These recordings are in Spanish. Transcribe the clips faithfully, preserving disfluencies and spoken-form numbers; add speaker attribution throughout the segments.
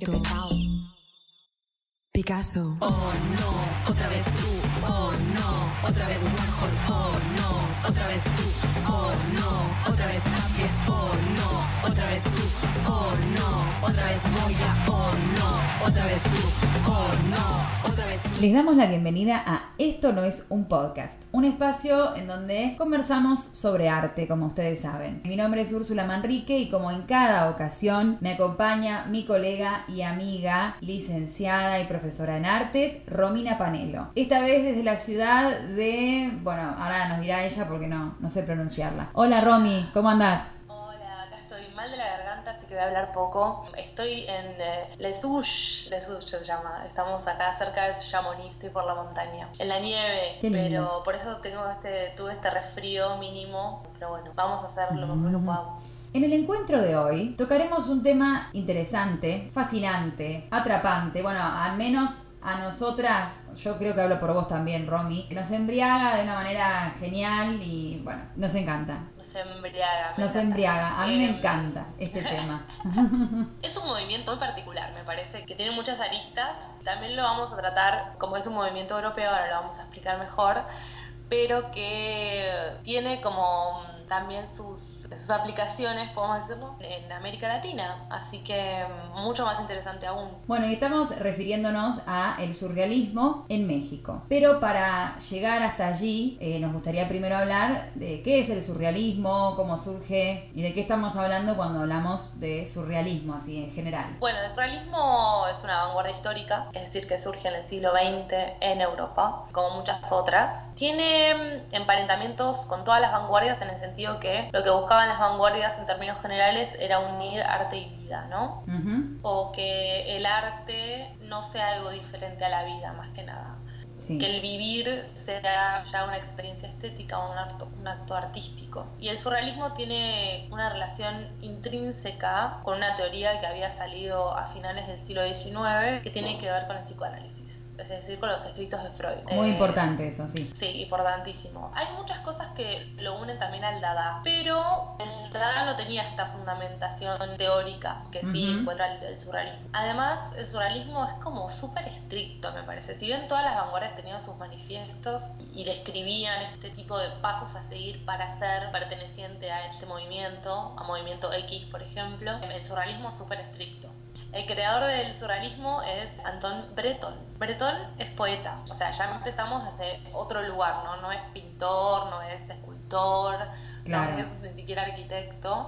Speaker 1: Qué pesado. Picasso.
Speaker 2: Oh no, otra vez tú. Oh no, otra vez Warhol. Oh no, otra vez tú. Oh no, otra vez Tapies. Oh no, otra vez tú. Oh no, otra vez Moya. Oh no, otra vez tú. Oh no, otra vez tú.
Speaker 3: Les damos la bienvenida a Esto no es un podcast, un espacio en donde conversamos sobre arte, como ustedes saben. Mi nombre es Úrsula Manrique y como en cada ocasión me acompaña mi colega y amiga, licenciada y profesora en artes, Romina Panelo. Esta vez desde la ciudad de... bueno, ahora nos dirá ella porque no, no sé pronunciarla. Hola Romy, ¿cómo andás?
Speaker 4: Mal de la garganta, así que voy a hablar poco. Estoy en eh, Les Houches, Les Houches se llama. Estamos acá cerca de Chamonix, estoy por la montaña, en la nieve, pero por eso tengo este, tuve este resfrío mínimo. Pero bueno, vamos a hacer lo mejor que podamos.
Speaker 3: En el encuentro de hoy tocaremos un tema interesante, fascinante, atrapante. Bueno, al menos a nosotras, yo creo que hablo por vos también, Romy, nos embriaga de una manera genial y bueno, nos encanta.
Speaker 4: Nos embriaga.
Speaker 3: Nos encanta. embriaga, a mí eh... me encanta este tema.
Speaker 4: Es un movimiento muy particular, me parece, que tiene muchas aristas. También lo vamos a tratar, como es un movimiento europeo, ahora lo vamos a explicar mejor, pero que tiene como también sus, sus aplicaciones, podemos decirlo, en América Latina, así que mucho más interesante aún.
Speaker 3: Bueno, y estamos refiriéndonos a el surrealismo en México, pero para llegar hasta allí eh, nos gustaría primero hablar de qué es el surrealismo, cómo surge y de qué estamos hablando cuando hablamos de surrealismo, así en general.
Speaker 4: Bueno, el surrealismo es una vanguardia histórica, es decir, que surge en el siglo veinte en Europa, como muchas otras. Tiene emparentamientos con todas las vanguardias en el sentido que lo que buscaban las vanguardias en términos generales era unir arte y vida, ¿no? Uh-huh. O que el arte no sea algo diferente a la vida, más que nada. Sí. Que el vivir sea ya una experiencia estética, un acto, un acto artístico. Y el surrealismo tiene una relación intrínseca con una teoría que había salido a finales del siglo diecinueve que tiene que ver con el psicoanálisis, es decir, con los escritos de Freud.
Speaker 3: Muy
Speaker 4: eh,
Speaker 3: importante eso, sí.
Speaker 4: Sí, importantísimo. Hay muchas cosas que lo unen también al Dada, pero el Dada no tenía esta fundamentación teórica que sí uh-huh. encuentra el, el surrealismo. Además, el surrealismo es como súper estricto, me parece. Si bien todas las vanguardias tenían sus manifiestos y describían este tipo de pasos a seguir para ser perteneciente a este movimiento, a movimiento X, por ejemplo, el surrealismo es súper estricto. El creador del surrealismo es Antoine Breton. Breton es poeta, o sea, ya empezamos desde otro lugar, ¿no? No es pintor, no es escultor, claro. No es ni siquiera arquitecto,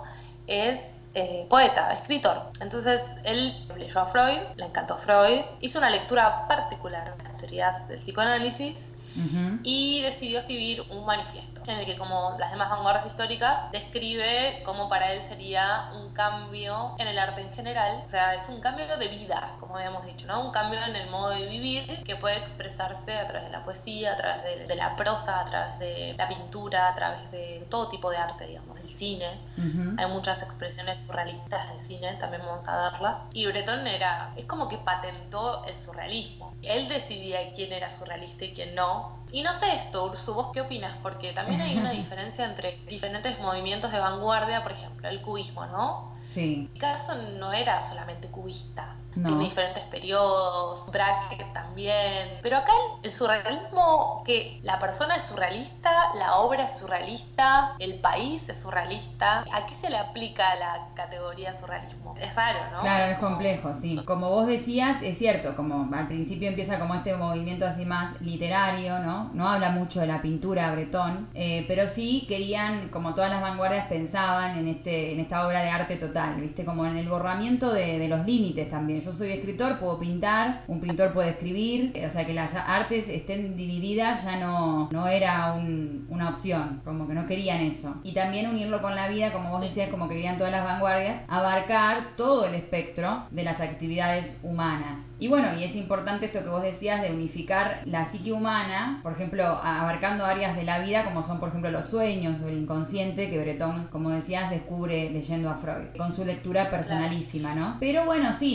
Speaker 4: es eh, poeta, escritor. Entonces, él leyó a Freud, le encantó Freud, hizo una lectura particular de las teorías del psicoanálisis uh-huh. y decidió escribir un manifiesto en el que, como las demás vanguardias históricas, describe cómo para él sería un cambio en el arte en general. O sea, es un cambio de vida, como habíamos dicho, ¿no? Un cambio en el modo de vivir que puede expresarse a través de la poesía, a través de, de la prosa, a través de la pintura, a través de todo tipo de arte, digamos, del cine. Uh-huh. Hay muchas expresiones surrealistas de cine, también vamos a verlas. Y Breton era, es como que patentó el surrealismo. Él decidía quién era surrealista y quién no. Y no sé esto, Ursu, ¿vos qué opinas? Porque también hay una diferencia entre diferentes movimientos de vanguardia, por ejemplo, el cubismo, ¿no?
Speaker 3: Sí.
Speaker 4: Picasso no era solamente cubista.
Speaker 3: No.
Speaker 4: Tiene diferentes periodos, Braque también. Pero acá el, el surrealismo, que la persona es surrealista, la obra es surrealista, el país es surrealista. ¿A qué se le aplica la categoría surrealismo? Es raro, ¿no?
Speaker 3: Claro, es complejo, sí. Como vos decías, es cierto, como al principio empieza como este movimiento así más literario, ¿no? No habla mucho de la pintura Breton, eh, pero sí querían, como todas las vanguardias pensaban en este en esta obra de arte total, ¿viste? Como en el borramiento de, de los límites también. Yo soy escritor, puedo pintar, un pintor puede escribir, o sea que las artes estén divididas ya no, no era un, una opción, como que no querían eso. Y también unirlo con la vida, como vos decías, como que querían todas las vanguardias, abarcar todo el espectro de las actividades humanas. Y bueno, y es importante esto que vos decías de unificar la psique humana, por ejemplo, abarcando áreas de la vida como son, por ejemplo, los sueños o el inconsciente, que Breton, como decías, descubre leyendo a Freud, con su lectura personalísima, ¿no? Pero bueno, sí, no sabemos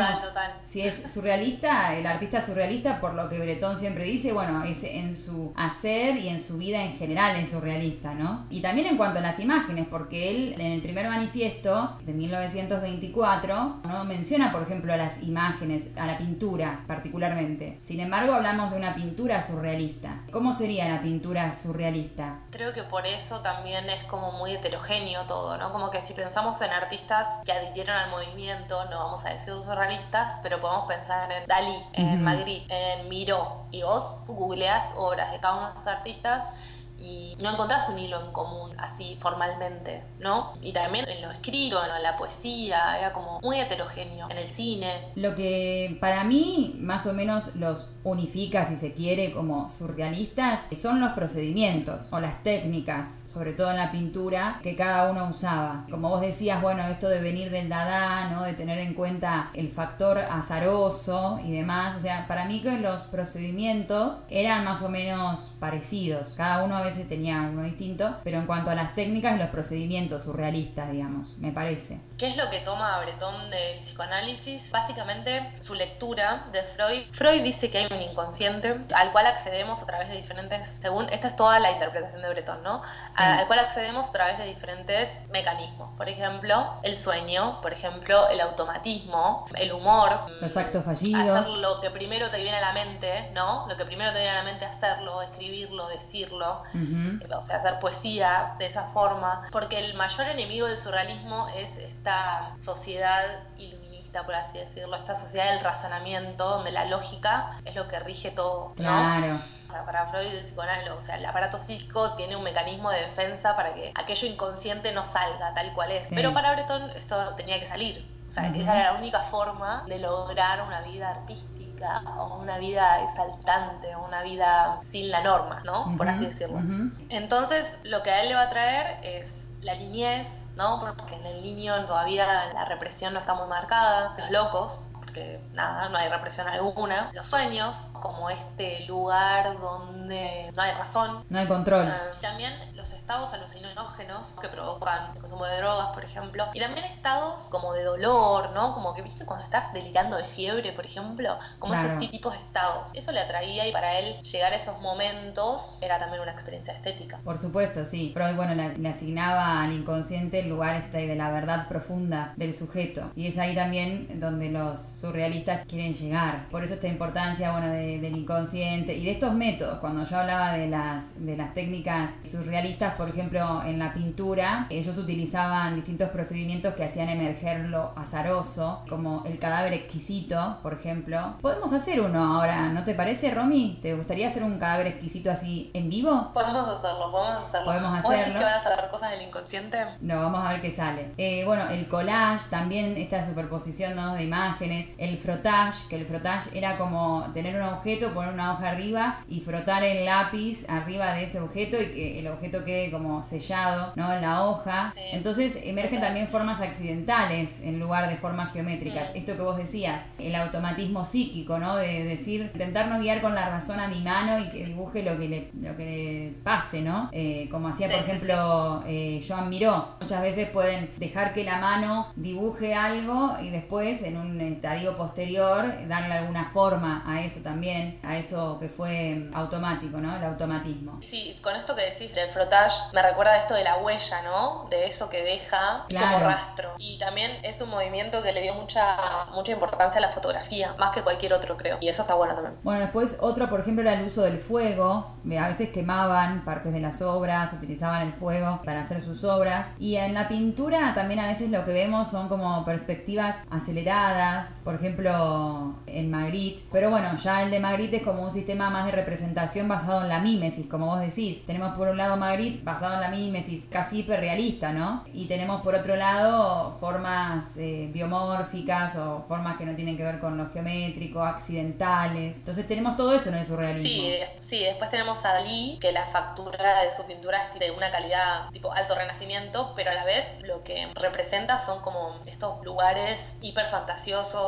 Speaker 3: digamos,
Speaker 4: total.
Speaker 3: si es surrealista, el artista surrealista, por lo que Breton siempre dice, bueno, es en su hacer y en su vida en general es surrealista, ¿no? Y también en cuanto a las imágenes, porque él en el primer manifiesto de mil novecientos veinticuatro no menciona, por ejemplo, a las imágenes, a la pintura particularmente. Sin embargo, hablamos de una pintura surrealista. ¿Cómo sería la pintura surrealista?
Speaker 4: Creo que por eso también es como muy heterogéneo todo, ¿no? Como que si pensamos en artistas que adhirieron al movimiento, no vamos a decir surrealistas, pero podemos pensar en Dalí, en uh-huh. Magritte, en Miró, y vos googleás obras de cada uno de esos artistas y no encontrás un hilo en común así formalmente, ¿no? Y también en lo escrito, en la poesía, era como muy heterogéneo, en el cine.
Speaker 3: Lo que para mí más o menos los unifica, si se quiere, como surrealistas, son los procedimientos o las técnicas, sobre todo en la pintura, que cada uno usaba. Como vos decías, bueno, esto de venir del Dada, ¿no? De tener en cuenta el factor azaroso y demás, o sea, para mí que los procedimientos eran más o menos parecidos, cada uno a veces tenía uno distinto, pero en cuanto a las técnicas y los procedimientos surrealistas, digamos, me parece.
Speaker 4: ¿Qué es lo que toma Breton del psicoanálisis? Básicamente su lectura de Freud. Freud dice que hay un inconsciente al cual accedemos a través de diferentes, según, esta es toda la interpretación de Breton, ¿no? Sí. Al cual accedemos a través de diferentes mecanismos. Por ejemplo, el sueño, por ejemplo, el automatismo, el humor.
Speaker 3: Los actos fallidos.
Speaker 4: Hacer lo que primero te viene a la mente, ¿no? Lo que primero te viene a la mente, hacerlo, escribirlo, decirlo. Uh-huh. O sea, hacer poesía de esa forma. Porque el mayor enemigo del surrealismo es esta sociedad iluminista, por así decirlo, esta sociedad del razonamiento, donde la lógica es lo que rige todo, ¿no?
Speaker 3: Claro.
Speaker 4: O sea, para Freud el psicoanálisis, o sea, el aparato psíquico tiene un mecanismo de defensa para que aquello inconsciente no salga tal cual es. Sí. Pero para Breton esto tenía que salir. O sea, uh-huh. esa era la única forma de lograr una vida artística o una vida exaltante o una vida sin la norma, ¿no? Uh-huh. Por así decirlo. Uh-huh. Entonces, lo que a él le va a traer es la niñez, ¿no? Porque en el niño todavía la represión no está muy marcada, los locos, porque nada, no hay represión alguna, los sueños, como este lugar donde no hay razón,
Speaker 3: no hay control.
Speaker 4: Uh, también los estados alucinógenos que provocan el consumo de drogas, por ejemplo, y también estados como de dolor, ¿no? Como que, ¿viste? Cuando estás delirando de fiebre, por ejemplo, como claro. esos tipos de estados. Eso le atraía y para él llegar a esos momentos era también una experiencia estética.
Speaker 3: Por supuesto, sí. Freud, bueno, le, le asignaba al inconsciente el lugar este de la verdad profunda del sujeto. Y es ahí también donde los surrealistas quieren llegar. Por eso esta importancia, bueno, de, del inconsciente y de estos métodos. Cuando yo hablaba de las, de las técnicas surrealistas, por ejemplo, en la pintura, ellos utilizaban distintos procedimientos que hacían emerger lo azaroso, como el cadáver exquisito, por ejemplo. Podemos hacer uno ahora, ¿no te parece, Romy? ¿Te gustaría hacer un cadáver exquisito así en vivo?
Speaker 4: Podemos hacerlo, podemos hacerlo.
Speaker 3: Podemos hacerlo.
Speaker 4: ¿Vos decís que van a sacar cosas del inconsciente?
Speaker 3: No, vamos a ver qué sale. Eh, bueno, el collage, también esta superposición, ¿no? De imágenes. El frottage, que el frottage era como tener un objeto, poner una hoja arriba y frotar el lápiz arriba de ese objeto y que el objeto quede como sellado, ¿no? En la hoja. Sí. Entonces emergen también formas accidentales en lugar de formas geométricas. Sí. Esto que vos decías, el automatismo psíquico, ¿no? De decir, intentar no guiar con la razón a mi mano y que dibuje lo que le, lo que le pase, ¿no? Eh, como hacía, sí, por ejemplo, sí. eh, Joan Miró. Muchas veces pueden dejar que la mano dibuje algo y después en un estadio posterior darle alguna forma a eso también, a eso que fue automático, ¿no? El automatismo.
Speaker 4: Sí, con esto que decís del frottage me recuerda esto de la huella, ¿no? De eso que deja
Speaker 3: claro.
Speaker 4: como rastro. Y también es un movimiento que le dio mucha mucha importancia a la fotografía, más que cualquier otro, creo. Y eso está bueno también.
Speaker 3: Bueno, después otro, por ejemplo, era el uso del fuego. A veces quemaban partes de las obras, utilizaban el fuego para hacer sus obras. Y en la pintura también a veces lo que vemos son como perspectivas aceleradas, por ejemplo, en Magritte. Pero bueno, ya el de Magritte es como un sistema más de representación basado en la mímesis, como vos decís. Tenemos por un lado Magritte basado en la mímesis, casi hiperrealista, ¿no? Y tenemos por otro lado formas eh, biomórficas o formas que no tienen que ver con lo geométrico, accidentales. Entonces tenemos todo eso en el surrealismo.
Speaker 4: Sí, sí, después tenemos a Dalí, que la factura de su pintura es de una calidad tipo alto renacimiento, pero a la vez lo que representa son como estos lugares hiperfantasiosos,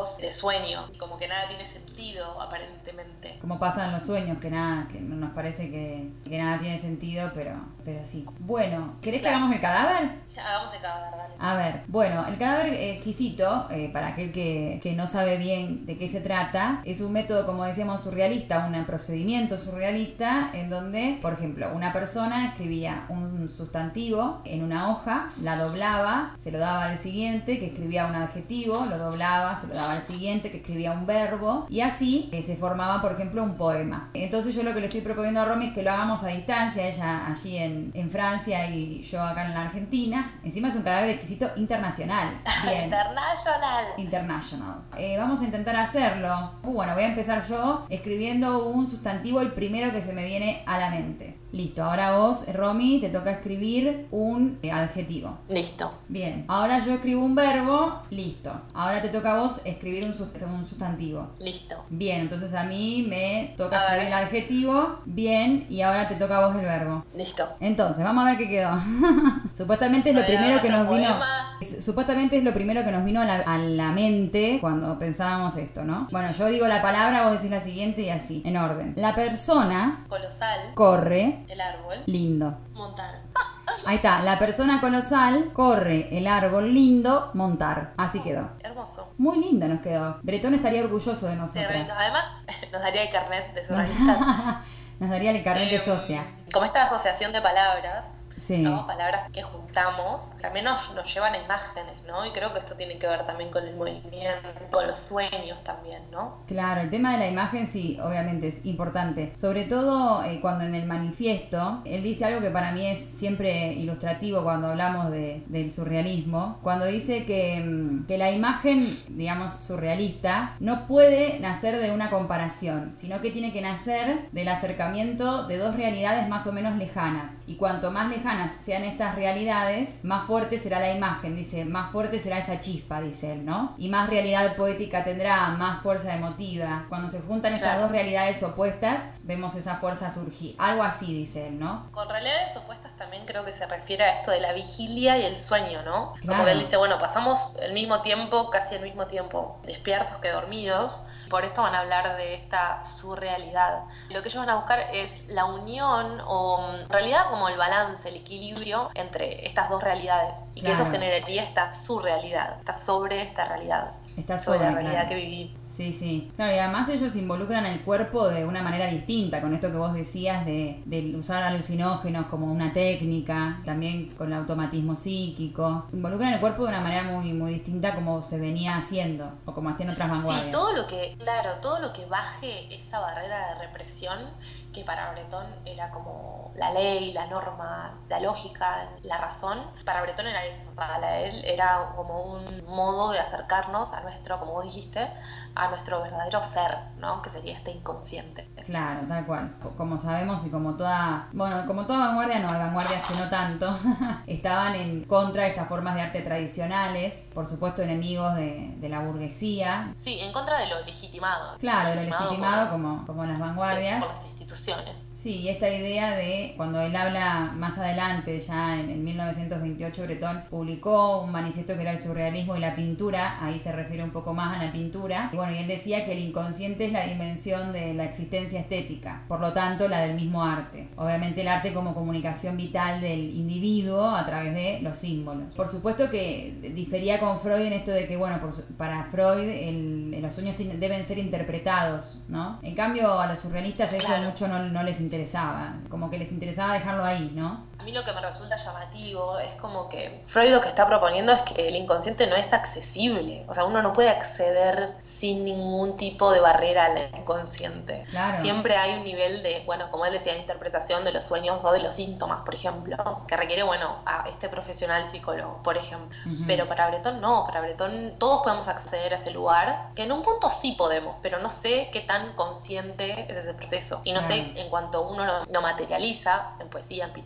Speaker 4: momentos de sueño, como que nada tiene sentido aparentemente.
Speaker 3: Como pasan los sueños, que nada, que no nos parece que, que nada tiene sentido, pero, pero sí. Bueno, ¿querés
Speaker 4: Claro.
Speaker 3: que hagamos el cadáver?
Speaker 4: Hagamos el cadáver, dale.
Speaker 3: A ver, bueno, el cadáver exquisito, eh, para aquel que, que no sabe bien de qué se trata, es un método, como decíamos, surrealista, un procedimiento surrealista en donde, por ejemplo, una persona escribía un sustantivo en una hoja, la doblaba, se lo daba al siguiente, que escribía un adjetivo, lo doblaba, se lo daba al siguiente, que escribía un verbo, y así eh, se formaba, por ejemplo, un poema. Entonces yo lo que le estoy proponiendo a Romy es que lo hagamos a distancia, ella allí en, en Francia y yo acá en la Argentina. Encima es un cadáver exquisito internacional. Bien.
Speaker 4: International.
Speaker 3: International. Eh, vamos a intentar hacerlo. Uh, bueno, voy a empezar yo escribiendo un sustantivo, el primero que se me viene a la mente. Listo, ahora vos, Romy, te toca escribir un eh, adjetivo.
Speaker 4: Listo.
Speaker 3: Bien, ahora yo escribo un verbo, listo. Ahora te toca a vos escribir un, sus- un sustantivo.
Speaker 4: Listo.
Speaker 3: Bien, entonces a mí me toca
Speaker 4: A
Speaker 3: escribir el
Speaker 4: ver.
Speaker 3: adjetivo, bien, y ahora te toca a vos el verbo.
Speaker 4: Listo.
Speaker 3: Entonces, vamos a ver qué quedó. Supuestamente es lo
Speaker 4: A ver,
Speaker 3: primero que nos
Speaker 4: nuestro
Speaker 3: vino.
Speaker 4: poema.
Speaker 3: es- Supuestamente es lo primero que nos vino a la, a la mente cuando pensábamos esto, ¿no? Bueno, yo digo la palabra, vos decís la siguiente y así, en orden. La persona
Speaker 4: Colosal.
Speaker 3: corre
Speaker 4: El árbol.
Speaker 3: lindo.
Speaker 4: Montar.
Speaker 3: Ahí está, la persona colosal corre el árbol lindo montar. Así quedó.
Speaker 4: Hermoso.
Speaker 3: Muy lindo nos quedó. Bretón estaría orgulloso de
Speaker 4: Sí,
Speaker 3: nosotras.
Speaker 4: además, nos daría el carnet de surrealista.
Speaker 3: Nos daría el carnet de
Speaker 4: Eh,
Speaker 3: socia.
Speaker 4: Como esta asociación de palabras,
Speaker 3: Sí.
Speaker 4: ¿no? Palabras que juntamos, también nos, nos llevan a imágenes, ¿no? Y creo que esto tiene que ver también con el movimiento, con los sueños también, ¿no?
Speaker 3: Claro, el tema de la imagen sí, obviamente es importante. Sobre todo eh, cuando en el manifiesto, él dice algo que para mí es siempre ilustrativo cuando hablamos de, del surrealismo, cuando dice que, mm, que la imagen, digamos, surrealista, no puede nacer de una comparación, sino que tiene que nacer del acercamiento de dos realidades más o menos lejanas. Y cuanto más lejanas sean estas realidades, más fuerte será la imagen, dice, más fuerte será esa chispa, dice él, ¿no? Y más realidad poética tendrá, más fuerza emotiva. Cuando se juntan estas
Speaker 4: Claro.
Speaker 3: dos realidades opuestas, vemos esa fuerza surgir. Algo así, dice él, ¿no?
Speaker 4: Con realidades opuestas también creo que se refiere a esto de la vigilia y el sueño, ¿no?
Speaker 3: Claro.
Speaker 4: Como que él dice, bueno, pasamos el mismo tiempo, casi el mismo tiempo, despiertos que dormidos. Por esto van a hablar de esta surrealidad. Lo que ellos van a buscar es la unión o en realidad como el balance, el equilibrio entre estas dos realidades. Y que
Speaker 3: Claro.
Speaker 4: eso generaría esta surrealidad, está sobre esta realidad.
Speaker 3: Está
Speaker 4: Sobre
Speaker 3: sobre,
Speaker 4: la realidad
Speaker 3: claro.
Speaker 4: que vivimos.
Speaker 3: Sí, sí. Claro, y además ellos involucran el cuerpo de una manera distinta, con esto que vos decías de, de usar alucinógenos como una técnica, también con el automatismo psíquico. Involucran el cuerpo de una manera muy, muy distinta como se venía haciendo, o como hacían otras vanguardias.
Speaker 4: Sí, todo lo que, claro, todo lo que baje esa barrera de represión, que para Bretón era como la ley, la norma, la lógica, la razón, para Bretón era eso, para él era como un modo de acercarnos a nuestro, como vos dijiste, a nuestro verdadero ser, ¿no? Que sería este inconsciente.
Speaker 3: Claro, tal cual. Como sabemos y como toda, bueno, como toda vanguardia, no, hay vanguardias que no tanto, estaban en contra de estas formas de arte tradicionales, por supuesto enemigos de, de la burguesía.
Speaker 4: Sí, en contra de lo legitimado.
Speaker 3: Claro, de lo legitimado
Speaker 4: por-
Speaker 3: como, como las
Speaker 4: sí,
Speaker 3: vanguardias.
Speaker 4: por las instituciones.
Speaker 3: Sí, y esta idea de cuando él habla más adelante, ya en, en mil novecientos veintiocho, Bretón publicó un manifiesto que era el surrealismo y la pintura, ahí se refiere un poco más a la pintura. Y bueno, y él decía que el inconsciente es la dimensión de la existencia estética, por lo tanto la del mismo arte. Obviamente el arte como comunicación vital del individuo a través de los símbolos. Por supuesto que difería con Freud en esto de que, bueno, por su- para Freud el, los sueños tienen- deben ser interpretados, ¿no? En cambio a los surrealistas eso
Speaker 4: Claro.
Speaker 3: mucho no, no les interesaba, como que les interesaba dejarlo ahí, ¿no?
Speaker 4: A mí lo que me resulta llamativo es como que Freud lo que está proponiendo es que el inconsciente no es accesible. O sea, uno no puede acceder sin ningún tipo de barrera al inconsciente.
Speaker 3: Claro.
Speaker 4: Siempre hay un nivel de, bueno, como él decía, de interpretación de los sueños o de los síntomas, por ejemplo, que requiere, bueno, a este profesional psicólogo, por ejemplo.
Speaker 3: Ujú.
Speaker 4: Pero para Bretón no, para Bretón todos podemos acceder a ese lugar, que en un punto sí podemos, pero no sé qué tan consciente es ese proceso. Y no
Speaker 3: Claro.
Speaker 4: sé, en cuanto uno lo, lo materializa, en poesía, en pintura, en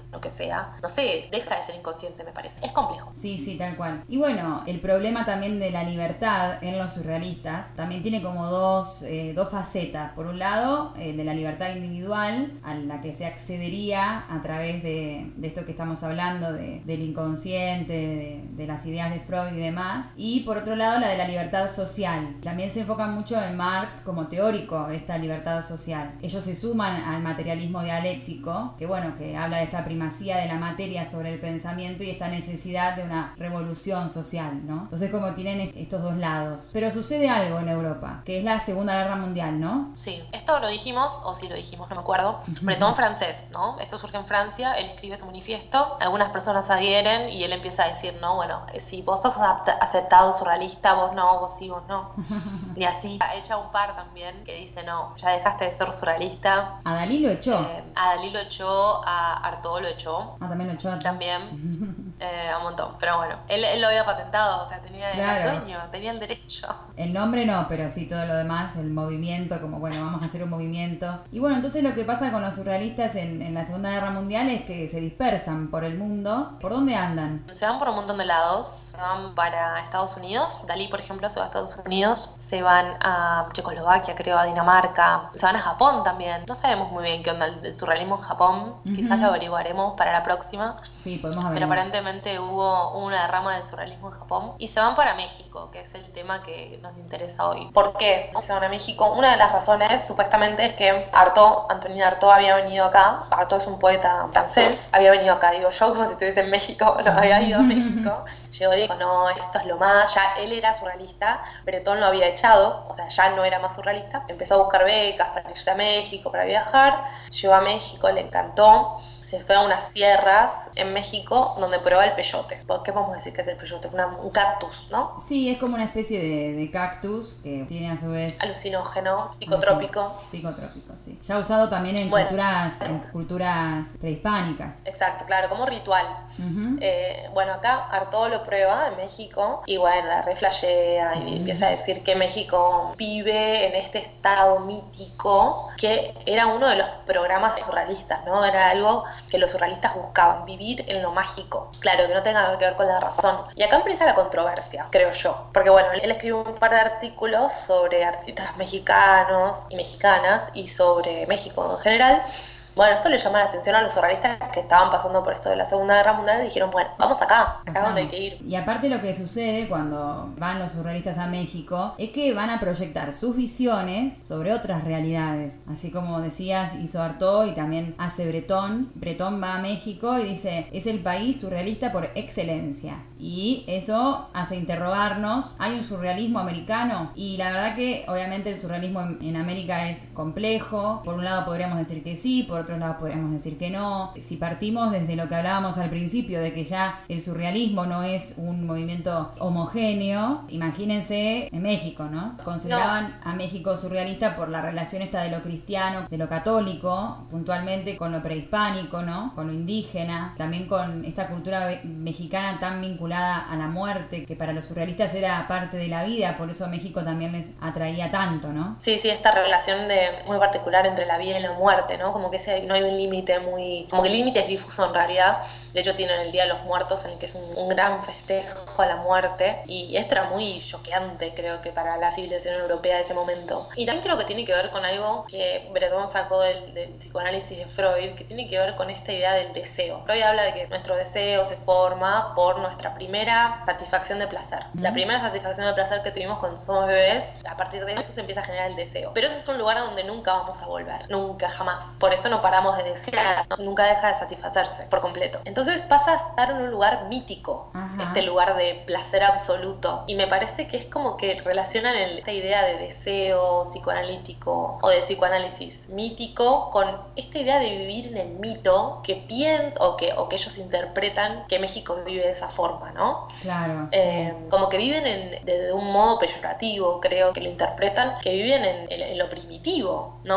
Speaker 4: lo que sea, no sé, deja de ser inconsciente, me parece. Es complejo.
Speaker 3: Sí, sí, tal cual. Y bueno, el problema también de la libertad en los surrealistas también tiene como dos, eh, dos facetas. Por un lado, el de la libertad individual, a la que se accedería a través de, de esto que estamos hablando, de, del inconsciente, de, de las ideas de Freud y demás. Y por otro lado, la de la libertad social. También se enfoca mucho en Marx como teórico de esta libertad social. Ellos se suman al materialismo dialéctico, que bueno, que habla de esta primacía de la materia sobre el pensamiento y esta necesidad de una revolución social, ¿no? Entonces como tienen estos dos lados. Pero sucede algo en Europa, que es la Segunda Guerra Mundial, ¿no?
Speaker 4: Sí, esto lo dijimos, o sí lo dijimos, no me acuerdo. Breton francés, ¿no? Esto surge en Francia, él escribe su manifiesto, algunas personas adhieren y él empieza a decir, no, bueno, si vos has aceptado surrealista, vos no, vos sí, vos no. Y así, echa un par también que dice, no, ya dejaste de ser surrealista.
Speaker 3: A Dalí lo echó.
Speaker 4: Eh, a Dalí lo echó, a Artaud lo echó.
Speaker 3: Ah, también lo echó.
Speaker 4: También, eh, a un montón, pero bueno, él, él lo había patentado, o sea, tenía
Speaker 3: claro.
Speaker 4: el dueño, tenía el derecho.
Speaker 3: El nombre no, pero sí todo lo demás, el movimiento, como bueno, vamos a hacer un movimiento. Y bueno, entonces lo que pasa con los surrealistas en, en la Segunda Guerra Mundial es que se dispersan por el mundo. ¿Por dónde andan?
Speaker 4: Se van por un montón de lados, se van para Estados Unidos, Dalí por ejemplo se va a Estados Unidos, se van a Checoslovaquia, creo, a Dinamarca, se van a Japón también. No sabemos muy bien qué onda el surrealismo en Japón, uh-huh. Quizás lo averiguaremos para la próxima.
Speaker 3: Sí, podemos averiguar.
Speaker 4: Pero aparentemente hubo una rama del surrealismo en Japón. Y se van para México, que es el tema que nos interesa hoy. ¿Por qué se van a México? Una de las razones, supuestamente, es que Artaud, Antonin Artaud había venido acá. Artaud es un poeta francés, había venido acá, digo yo, como si estuviese en México, no había ido a México. Llegó y dijo, no, esto es lo más. Ya él era surrealista, Breton lo había echado, o sea, ya no era más surrealista. Empezó a buscar becas para irse a México, para viajar. Llegó a México, le encantó. Se fue a unas sierras en México donde prueba el peyote. ¿Qué podemos decir que es el peyote? Una, un cactus, ¿no?
Speaker 3: Sí, es como una especie de, de cactus que tiene a su vez...
Speaker 4: Alucinógeno, psicotrópico.
Speaker 3: Psicotrópico, sí. Ya usado también en, bueno, culturas, en culturas prehispánicas.
Speaker 4: Exacto, claro, como ritual. Uh-huh. Eh, bueno, acá Artaud lo prueba en México y bueno, la reflashea y uh-huh. empieza a decir que México vive en este estado mítico que era uno de los programas surrealistas, ¿no? Era algo que los surrealistas buscaban, vivir en lo mágico. Claro, que no tenga que ver con la razón. Y acá empieza la controversia, creo yo. Porque bueno, él escribió un par de artículos sobre artistas mexicanos y mexicanas y sobre México en general. Bueno, esto le llama la atención a los surrealistas que estaban pasando por esto de la Segunda Guerra Mundial y dijeron, bueno, vamos acá, acá es donde hay que ir.
Speaker 3: Y aparte lo que sucede cuando van los surrealistas a México es que van a proyectar sus visiones sobre otras realidades. Así como decías, hizo Artaud y también hace Breton. Breton va a México y dice, es el país surrealista por excelencia. Y eso hace interrogarnos, ¿hay un surrealismo americano? Y la verdad que obviamente el surrealismo en, en América es complejo. Por un lado podríamos decir que sí, por otro lado podríamos decir que no. Si partimos desde lo que hablábamos al principio, de que ya el surrealismo no es un movimiento homogéneo, imagínense en México, ¿no? Consideraban no. a México surrealista por la relación esta de lo cristiano, de lo católico, puntualmente con lo prehispánico, ¿no? Con lo indígena, también con esta cultura mexicana tan vinculada a la muerte, que para los surrealistas era parte de la vida, por eso a México también les atraía tanto, ¿no?
Speaker 4: Sí, sí, esta relación de muy particular entre la vida y la muerte, ¿no? Como que ese, no hay un límite muy... Como que el límite es difuso en realidad. De hecho tienen el Día de los Muertos, en el que es un, un gran festejo a la muerte. Y esto era muy choqueante, creo que para la civilización europea de ese momento. Y también creo que tiene que ver con algo que Breton sacó del, del psicoanálisis de Freud, que tiene que ver con esta idea del deseo. Freud habla de que nuestro deseo se forma por nuestra primera satisfacción de placer. Mm. La primera satisfacción de placer que tuvimos cuando somos bebés, a partir de eso se empieza a generar el deseo. Pero ese es un lugar a donde nunca vamos a volver, nunca, jamás. Por eso no paramos de desear, ¿no? Nunca deja de satisfacerse por completo. Entonces pasa a estar en un lugar mítico, Ajá. este lugar de placer absoluto. Y me parece que es como que relacionan el, esta idea de deseo psicoanalítico o de psicoanálisis mítico con esta idea de vivir en el mito que piensan o que, o que ellos interpretan que México vive de esa forma, ¿no?
Speaker 3: Claro.
Speaker 4: Eh, como que viven en, de, de un modo peyorativo, creo que lo interpretan, que viven en, en, en lo primitivo, ¿no?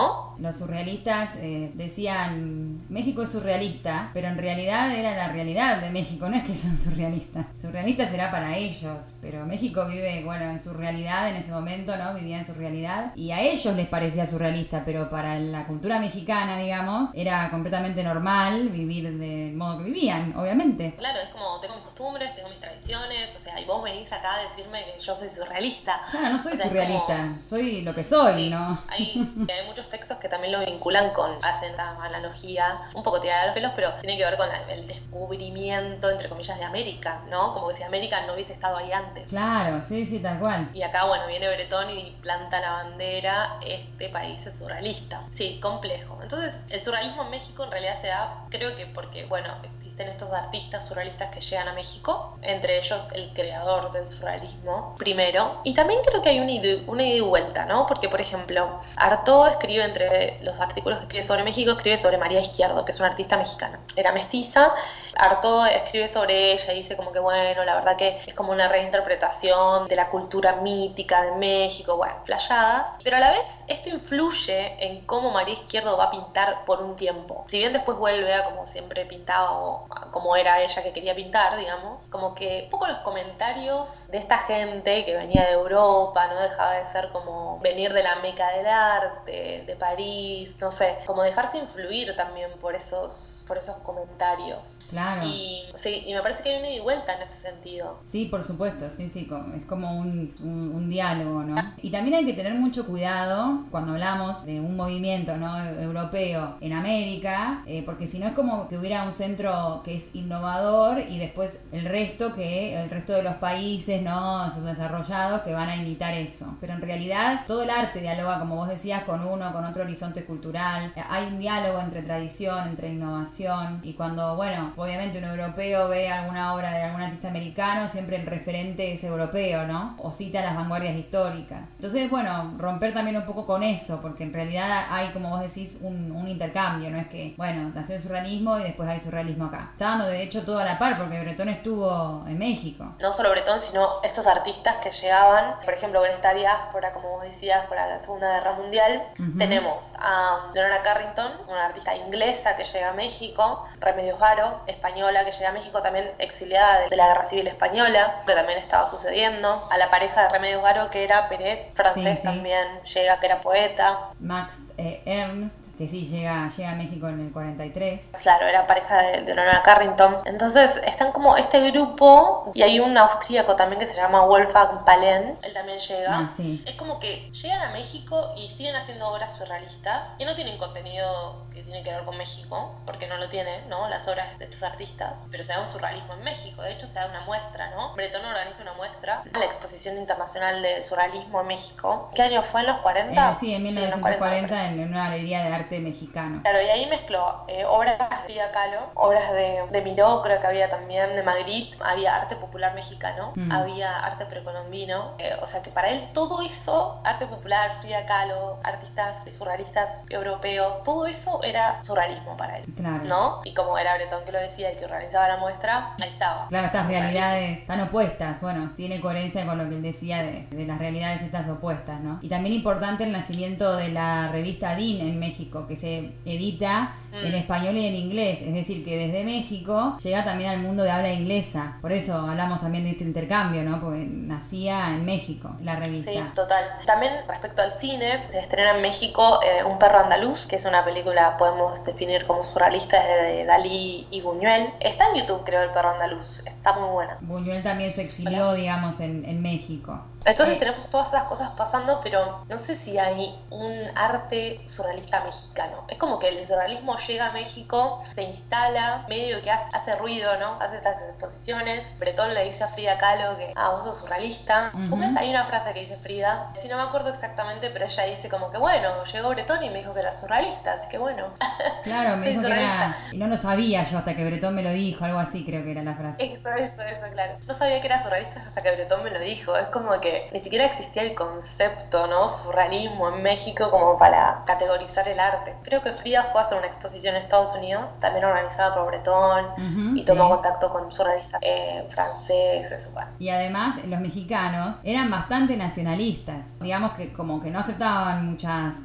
Speaker 3: los surrealistas eh, decían México es surrealista, pero en realidad era la realidad de México, no es que son surrealistas. Surrealista será para ellos, pero México vive, bueno, en su realidad en ese momento, ¿no? Vivía en su realidad y a ellos les parecía surrealista, pero para la cultura mexicana, digamos, era completamente normal vivir del modo que vivían, obviamente.
Speaker 4: Claro, es como tengo mis costumbres, tengo mis tradiciones, o sea, y vos venís acá a decirme que yo soy surrealista.
Speaker 3: Claro, no soy
Speaker 4: o sea,
Speaker 3: surrealista,
Speaker 4: como...
Speaker 3: soy lo que soy,
Speaker 4: sí,
Speaker 3: ¿no?
Speaker 4: Hay, hay muchos textos que también lo vinculan con, hacen la analogía, un poco tirada de los pelos, pero tiene que ver con la, el descubrimiento, entre comillas, de América, ¿no? Como que si América no hubiese estado ahí antes.
Speaker 3: Claro, sí, sí, tal cual.
Speaker 4: Y acá, bueno, viene Bretón y planta la bandera, este país es surrealista. Sí, complejo. Entonces, el surrealismo en México en realidad se da, creo que porque, bueno, existen estos artistas surrealistas que llegan a México, entre ellos el creador del surrealismo, primero. Y también creo que hay una ida, una ida y vuelta, ¿no? Porque, por ejemplo, Artaud escribe, entre los artículos que escribe sobre México, escribe sobre María Izquierdo, que es una artista mexicana. Era mestiza, Artaud escribe sobre ella y dice como que, bueno, la verdad que es como una reinterpretación de la cultura mítica de México, bueno, flashadas. Pero a la vez esto influye en cómo María Izquierdo va a pintar por un tiempo. Si bien después vuelve a como siempre pintaba o a como era ella que quería pintar, digamos, como que un poco los comentarios de esta gente que venía de Europa, no dejaba de ser como venir de la meca del arte, de París, no sé, como dejarse influir también por esos, por esos comentarios.
Speaker 3: Claro.
Speaker 4: Y, sí, y me parece que hay una ida y vuelta en ese sentido.
Speaker 3: Sí, por supuesto, sí, sí, es como un, un, un diálogo, ¿no? Y también hay que tener mucho cuidado cuando hablamos de un movimiento, ¿no? europeo en América, eh, porque si no es como que hubiera un centro que es innovador y después el resto que el resto de los países, ¿no? subdesarrollados que van a imitar eso. Pero en realidad todo el arte dialoga, como vos decías, con uno, con otro horizonte cultural. Hay un diálogo entre tradición, entre innovación, y cuando, bueno, obviamente un europeo ve alguna obra de algún artista americano, siempre el referente es europeo, ¿no? O cita las vanguardias históricas. Entonces, bueno, romper también un poco con eso, porque en realidad hay, como vos decís, un, un intercambio, no es que, bueno, nació el surrealismo y después hay surrealismo acá. Está dando de hecho todo a la par, porque Bretón estuvo en México.
Speaker 4: No solo Bretón, sino estos artistas que llegaban, por ejemplo, en esta diáspora, como vos decías, por la Segunda Guerra Mundial, uh-huh. tenemos a Leonora Carrington, una artista inglesa que llega a México, Remedios Varo, española, que llega a México también exiliada de la Guerra Civil Española, que también estaba sucediendo, a la pareja de Remedios Varo, que era Peret, francés, sí, sí. también llega, que era poeta.
Speaker 3: Max eh, Ernst, que sí llega, llega a México en el cuarenta y tres.
Speaker 4: Claro, era pareja de, de Leonora Carrington. Entonces están como este grupo, y hay un austríaco también que se llama Wolfgang Palen, él también llega.
Speaker 3: Ah, sí.
Speaker 4: Es como que llegan a México y siguen haciendo obras surrealistas, que no tienen contenido que tiene que ver con México, porque no lo tiene, ¿no? Las obras de estos artistas, pero se da un surrealismo en México. De hecho, se da una muestra, ¿no? Bretón organiza una muestra, la Exposición Internacional de Surrealismo en México. ¿Qué año fue? ¿En los cuarenta?
Speaker 3: Eh, sí, en mil novecientos cuarenta, en una galería de arte mexicano.
Speaker 4: Claro, y ahí mezcló eh, obras de Frida Kahlo, obras de, de Miró, creo que había también, de Magritte, había arte popular mexicano, mm. había arte precolombino, eh, o sea que para él todo eso, arte popular, Frida Kahlo, artistas surrealistas europeos, todo eso era surrealismo para él,
Speaker 3: claro.
Speaker 4: ¿no? Y como era Bretón que lo decía y que organizaba la muestra, ahí estaba.
Speaker 3: Claro, estas realidades están opuestas, bueno, tiene coherencia con lo que él decía de, de las realidades estas opuestas, ¿no? Y también importante el nacimiento de la revista D I N en México, que se edita mm. en español y en inglés, es decir, que desde México llega también al mundo de habla inglesa, por eso hablamos también de este intercambio, ¿no? Porque nacía en México la revista.
Speaker 4: Sí, total. También respecto al cine, se estrena en México eh, Un perro andaluz, que es una película, podemos definir como surrealista, de Dalí y Buñuel. Está en YouTube, creo, El perro andaluz, está muy buena.
Speaker 3: Buñuel también se exilió, ¿verdad? digamos, en, en México.
Speaker 4: Entonces
Speaker 3: eh.
Speaker 4: tenemos todas esas cosas pasando, pero no sé si hay un arte surrealista mexicano. Es como que el surrealismo llega a México, se instala, medio que hace, hace ruido, ¿no? Hace estas exposiciones. Bretón le dice a Frida Kahlo que, ah, vos sos surrealista. Uh-huh. ¿Cómo es? Hay una frase que dice Frida, si no me acuerdo exactamente, pero ella dice como que, bueno, llegó Bretón y me dijo que era surrealista, así que bueno.
Speaker 3: Claro, me dijo que era... Y no lo sabía yo hasta que Bretón me lo dijo, algo así creo que era la frase.
Speaker 4: Eso, eso, eso, claro. No sabía que era surrealista hasta que Bretón me lo dijo. Es como que ni siquiera existía el concepto, ¿no? Surrealismo en México como para categorizar el arte. Creo que Frida fue a hacer una exposición en Estados Unidos, también organizada por Bretón, uh-huh, y tomó sí. contacto con surrealistas eh, franceses. Bueno.
Speaker 3: Y además los mexicanos eran bastante nacionalistas, digamos que como que no aceptaban muchas cosas extranjeras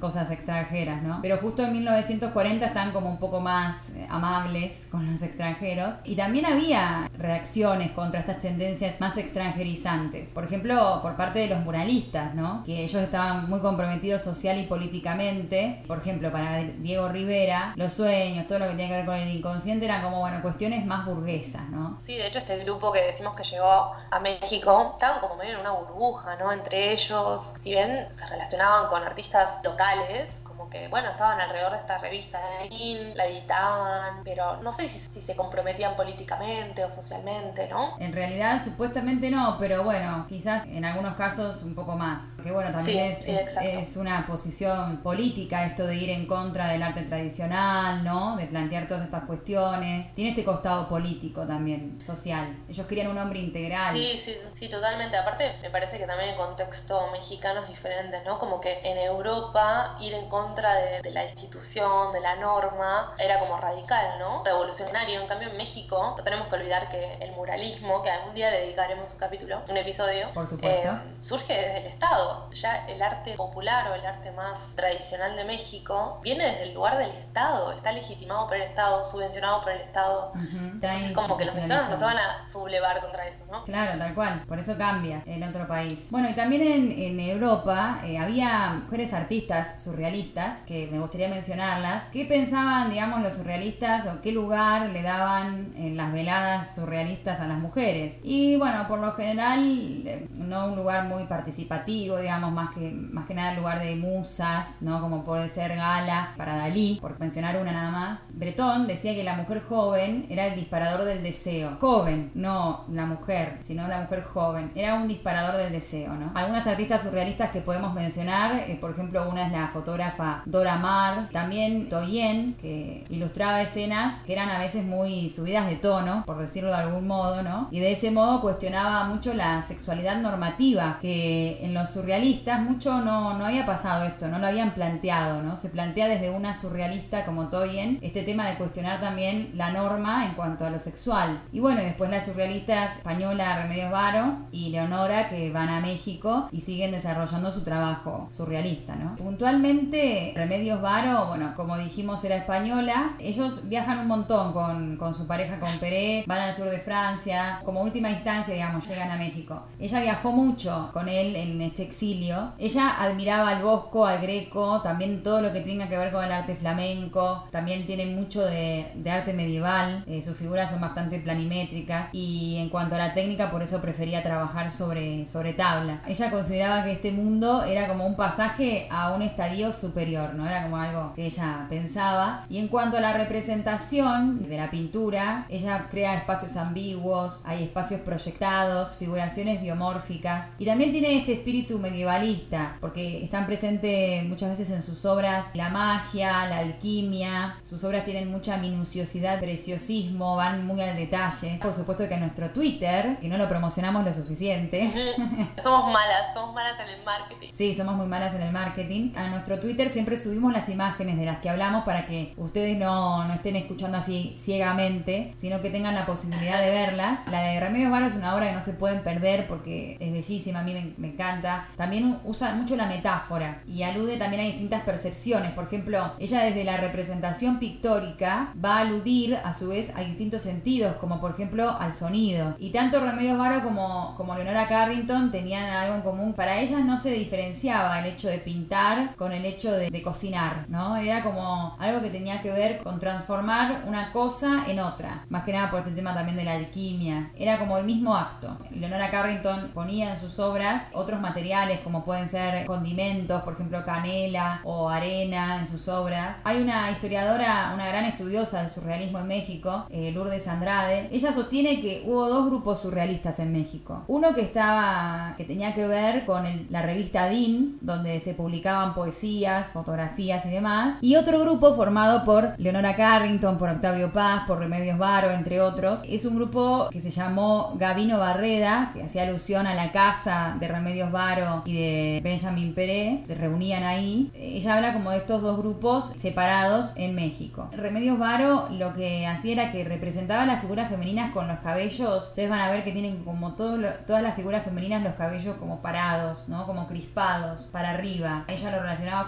Speaker 3: extranjeras, ¿no? Pero justo en mil novecientos cuarenta están como un poco más amables con los extranjeros. Y también había reacciones contra estas tendencias más extranjerizantes. Por ejemplo, por parte de los muralistas, ¿no? Que ellos estaban muy comprometidos social y políticamente. Por ejemplo, para Diego Rivera, los sueños, todo lo que tiene que ver con el inconsciente eran como, bueno, cuestiones más burguesas, ¿no?
Speaker 4: Sí, de hecho este grupo que decimos que llegó a México, estaban como medio en una burbuja, ¿no? Entre ellos, si bien se relacionaban con artistas locales, como que, bueno, estaban alrededor de esta revista de la editaban, pero no sé si, si se comprometían políticamente o socialmente, ¿no?
Speaker 3: En realidad, supuestamente no, pero bueno, quizás en algunos casos un poco más. Porque bueno, también
Speaker 4: sí,
Speaker 3: es,
Speaker 4: sí,
Speaker 3: es, es una posición política esto de ir en contra del arte tradicional, ¿no? De plantear todas estas cuestiones. Tiene este costado político también, social. Ellos querían un hombre integral.
Speaker 4: Sí, sí, sí, totalmente. Aparte, me parece que también el contexto mexicano es diferente, ¿no? Como que en Europa ir en contra de, de la institución, de la norma, era como radical, ¿no? Revolucionario. En cambio, en México, no tenemos que olvidar que el muralismo, que algún día le dedicaremos un capítulo, un episodio,
Speaker 3: por supuesto,
Speaker 4: eh, surge desde el Estado. Ya el arte popular o el arte más tradicional de México viene desde el lugar del Estado, está legitimado por el Estado, subvencionado por el Estado.
Speaker 3: Uh-huh.
Speaker 4: Entonces, como que los mexicanos no se van a sublevar contra eso, ¿no?
Speaker 3: Claro, tal cual. Por eso cambia en otro país. Bueno, y también en, en Europa eh, había mujeres artistas surrealistas, que me gustaría mencionarlas. ¿Qué pensaban, digamos, los surrealistas o qué lugar le daban en las veladas surrealistas a las mujeres? Y bueno, por lo general, eh, no un lugar muy participativo, digamos, más que, más que nada el lugar de musas, ¿no? Como puede ser Gala para Dalí, por mencionar una nada más. Breton decía que la mujer joven era el disparador del deseo. Joven, no la mujer, sino la mujer joven. Era un disparador del deseo, ¿no? Algunas artistas surrealistas que podemos mencionar, eh, por ejemplo, una es la fotógrafa Dora Maar, también Toyen, que ilustraba escenas que eran a veces muy subidas de tono, por decirlo de algún modo, ¿no? Y de ese modo cuestionaba mucho la sexualidad normativa, que en los surrealistas mucho no, no había pasado esto, no lo habían planteado, ¿no? Se plantea desde una surrealista como Toyen este tema de cuestionar también la norma en cuanto a lo sexual. Y bueno, después la surrealista española Remedios Varo y Leonora, que van a México y siguen desarrollando su trabajo surrealista, ¿no? Puntualmente Remedios Varo, bueno, como dijimos, era española. Ellos viajan un montón con, con su pareja, con Peré, van al sur de Francia, como última instancia, digamos, llegan a México. Ella viajó mucho con él en este exilio. Ella admiraba al Bosco, al Greco, también todo lo que tenga que ver con el arte flamenco. También tiene mucho de, de arte medieval. Eh, sus figuras son bastante planimétricas y en cuanto a la técnica, por eso prefería trabajar sobre, sobre tabla. Ella consideraba que este mundo era como un pasaje a un estadio superior, ¿no? Era como algo que ella pensaba. Y en cuanto a la representación de la pintura, ella crea espacios ambiguos, hay espacios proyectados, figuraciones biomórficas, y también tiene este espíritu medievalista, porque están presentes muchas veces en sus obras la magia, la alquimia. Sus obras tienen mucha minuciosidad, preciosismo, van muy al detalle. Por supuesto que en nuestro Twitter, que no lo promocionamos lo suficiente.
Speaker 4: Somos malas, somos malas en el marketing.
Speaker 3: Sí, somos muy malas en el marketing. A nuestro Twitter siempre subimos las imágenes de las que hablamos para que ustedes no, no estén escuchando así ciegamente, sino que tengan la posibilidad de verlas. La de Remedios Varo es una obra que no se pueden perder porque es bellísima, a mí me, me encanta. También usa mucho la metáfora y alude también a distintas percepciones. Por ejemplo, ella desde la representación pictórica va a aludir a su vez a distintos sentidos, como por ejemplo al sonido. Y tanto Remedios Varo como, como Leonora Carrington tenían algo en común. Para ellas no se diferenciaba el hecho de pintar con el hecho de, de cocinar, ¿no? Era como algo que tenía que ver con transformar una cosa en otra, más que nada por este tema también de la alquimia. Era como el mismo acto. Leonora Carrington ponía en sus obras otros materiales como pueden ser condimentos, por ejemplo canela o arena en sus obras. Hay una historiadora, una gran estudiosa del surrealismo en México, eh, Lourdes Andrade. Ella sostiene que hubo dos grupos surrealistas en México. Uno que estaba, que tenía que ver con el, la revista DIN, donde se publicaban poesías, fotografías y demás. Y otro grupo formado por Leonora Carrington, por Octavio Paz, por Remedios Varo, entre otros. Es un grupo que se llamó Gabino Barreda, que hacía alusión a la casa de Remedios Varo y de Benjamin Peré. Se reunían ahí. Ella habla como de estos dos grupos separados en México. Remedios Varo lo que hacía era que representaba las figuras femeninas con los cabellos. Ustedes van a ver que tienen como todo lo, todas las figuras femeninas los cabellos como parados, ¿no? Como crispados para arriba. Ella lo relacionaba con, como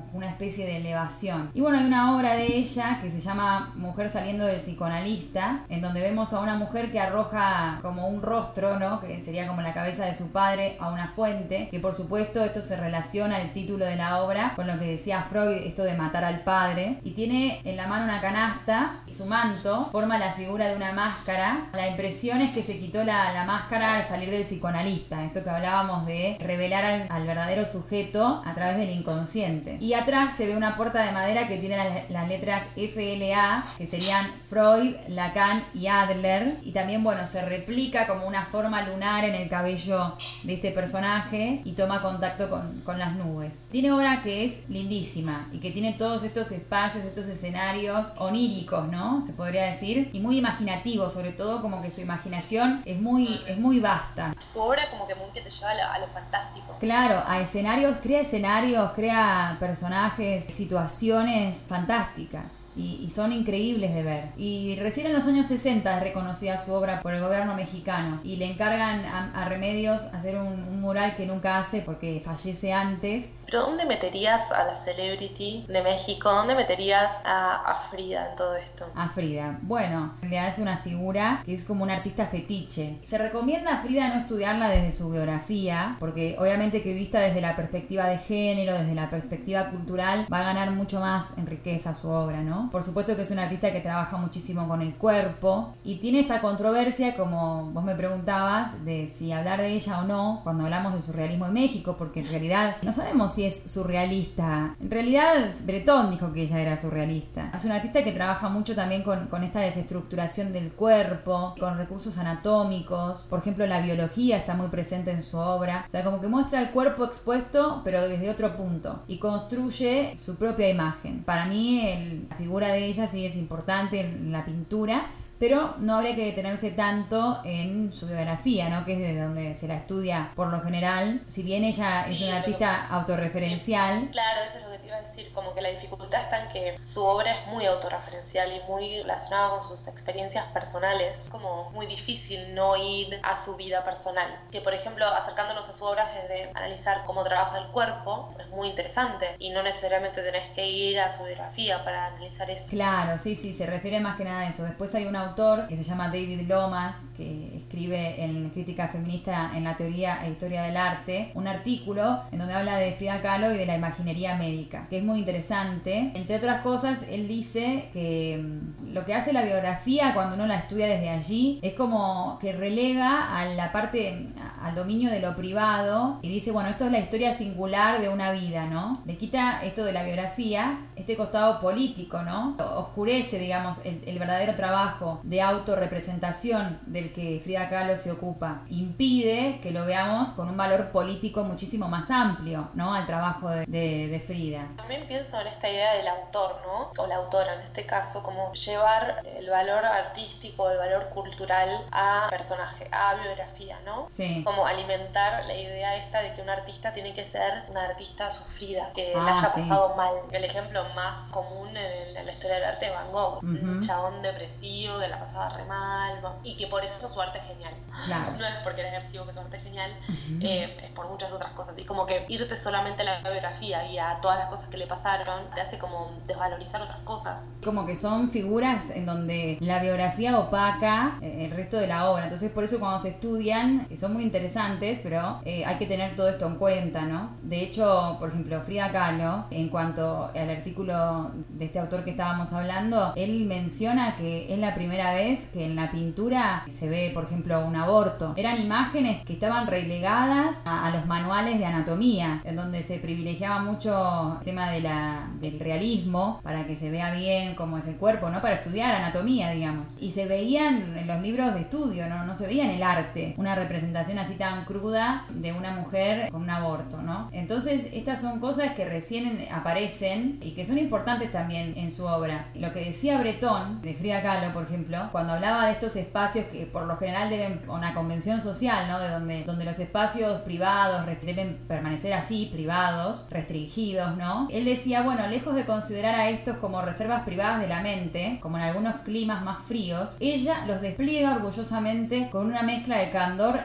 Speaker 3: como una especie de elevación. Y bueno, hay una obra de ella que se llama Mujer saliendo del psicoanalista, en donde vemos a una mujer que arroja como un rostro, ¿no? Que sería como la cabeza de su padre a una fuente, que por supuesto esto se relaciona el título de la obra con lo que decía Freud, esto de matar al padre, y tiene en la mano una canasta y su manto forma la figura de una máscara. La impresión es que se quitó la, la máscara al salir del psicoanalista, esto que hablábamos de revelar al, al verdadero sujeto a través del inconsciente. Y atrás se ve una puerta de madera que tiene las, las letras F L A, que serían Freud, Lacan y Adler, y también, bueno, se replica como una forma lunar en el cabello de este personaje y toma contacto con, con las nubes. Tiene obra que es lindísima y que tiene todos estos espacios, estos escenarios oníricos, ¿no? Se podría decir, y muy imaginativos, sobre todo como que su imaginación es muy, es muy vasta.
Speaker 4: Su obra como que muy que te lleva a lo, a lo fantástico.
Speaker 3: Claro, a escenarios, crea escenarios, crea personajes, situaciones fantásticas y, y son increíbles de ver. Y recién en los años sesenta es reconocida su obra por el gobierno mexicano y le encargan a, a Remedios hacer un, un mural que nunca hace porque fallece antes.
Speaker 4: Pero ¿dónde meterías a la celebrity de México? ¿Dónde meterías a, a Frida en todo esto?
Speaker 3: A Frida. Bueno, le hace una figura que es como un artista fetiche. Se recomienda a Frida no estudiarla desde su biografía, porque obviamente que vista desde la perspectiva de género, desde la perspectiva cultural, va a ganar mucho más en riqueza su obra, ¿no? Por supuesto que es una artista que trabaja muchísimo con el cuerpo y tiene esta controversia, como vos me preguntabas, de si hablar de ella o no cuando hablamos del surrealismo en México, porque en realidad no sabemos si es surrealista. En realidad Breton dijo que ella era surrealista. Es una artista que trabaja mucho también con, con esta desestructuración del cuerpo, con recursos anatómicos. Por ejemplo, la biología está muy presente en su obra. O sea, como que muestra el cuerpo expuesto, pero desde otro punto. Y construye su propia imagen. Para mí, el, la figura de ella sí es importante en la pintura, pero no habría que detenerse tanto en su biografía, ¿no? Que es de donde se la estudia por lo general. Si bien ella sí, es una artista autorreferencial.
Speaker 4: Claro, eso es lo que te iba a decir, como que la dificultad está en que su obra es muy autorreferencial y muy relacionada con sus experiencias personales. Es como muy difícil no ir a su vida personal. Que por ejemplo, acercándonos a su obra desde analizar cómo trabaja el cuerpo, es muy interesante. Y no necesariamente tenés que ir a su biografía para analizar eso.
Speaker 3: Claro, sí, sí, se refiere más que nada a eso. Después hay una autor que se llama David Lomas, que escribe en Crítica Feminista en la Teoría e Historia del Arte, un artículo en donde habla de Frida Kahlo y de la imaginería médica, que es muy interesante. Entre otras cosas, él dice que lo que hace la biografía cuando uno la estudia desde allí es como que relega a la parte, al dominio de lo privado y dice, bueno, esto es la historia singular de una vida, ¿no? Le quita esto de la biografía, este costado político, ¿no? Oscurece, digamos, el, el verdadero trabajo de autorrepresentación del que Frida Kahlo se ocupa. Impide que lo veamos con un valor político muchísimo más amplio, ¿no? Al trabajo de, de, de Frida.
Speaker 4: También pienso en esta idea del autor, ¿no? O la autora en este caso, como llevar el valor artístico, el valor cultural a personaje, a biografía, ¿no?
Speaker 3: Sí.
Speaker 4: Como alimentar la idea esta de que un artista tiene que ser una artista sufrida, que
Speaker 3: ah,
Speaker 4: la haya
Speaker 3: sí.
Speaker 4: pasado mal. El ejemplo más común en, en la historia del arte es Van Gogh,
Speaker 3: uh-huh.
Speaker 4: un chabón depresivo que la pasaba re mal y que por eso su arte es genial.
Speaker 3: Claro.
Speaker 4: No es porque eres depresivo que su arte es genial, uh-huh. eh, es por muchas otras cosas. Y como que irte solamente a la biografía y a todas las cosas que le pasaron te hace como desvalorizar otras cosas.
Speaker 3: Como que son figuras en donde la biografía opaca eh, el resto de la obra. Entonces por eso cuando se estudian, que son muy interesantes, pero eh, hay que tener todo esto en cuenta, ¿no? De hecho, por ejemplo, Frida Kahlo, en cuanto al artículo de este autor que estábamos hablando, él menciona que es la primera vez que en la pintura se ve, por ejemplo, un aborto. Eran imágenes que estaban relegadas a, a los manuales de anatomía, en donde se privilegiaba mucho el tema de la, del realismo para que se vea bien cómo es el cuerpo, ¿no? Para estudiar anatomía, digamos. Y se veían en los libros de estudio, ¿no? No se veía en el arte una representación así tan cruda de una mujer con un aborto, ¿no? Entonces, estas son cosas que recién aparecen y que son importantes también en su obra. Lo que decía Breton, de Frida Kahlo, por ejemplo, cuando hablaba de estos espacios que por lo general deben, una convención social, ¿no? De donde, donde los espacios privados deben permanecer así, privados, restringidos, ¿no? Él decía, bueno, lejos de considerar a estos como reservas privadas de la mente, como en algunos climas más fríos, ella los despliega orgullosamente con una mezcla de candor e insolencia.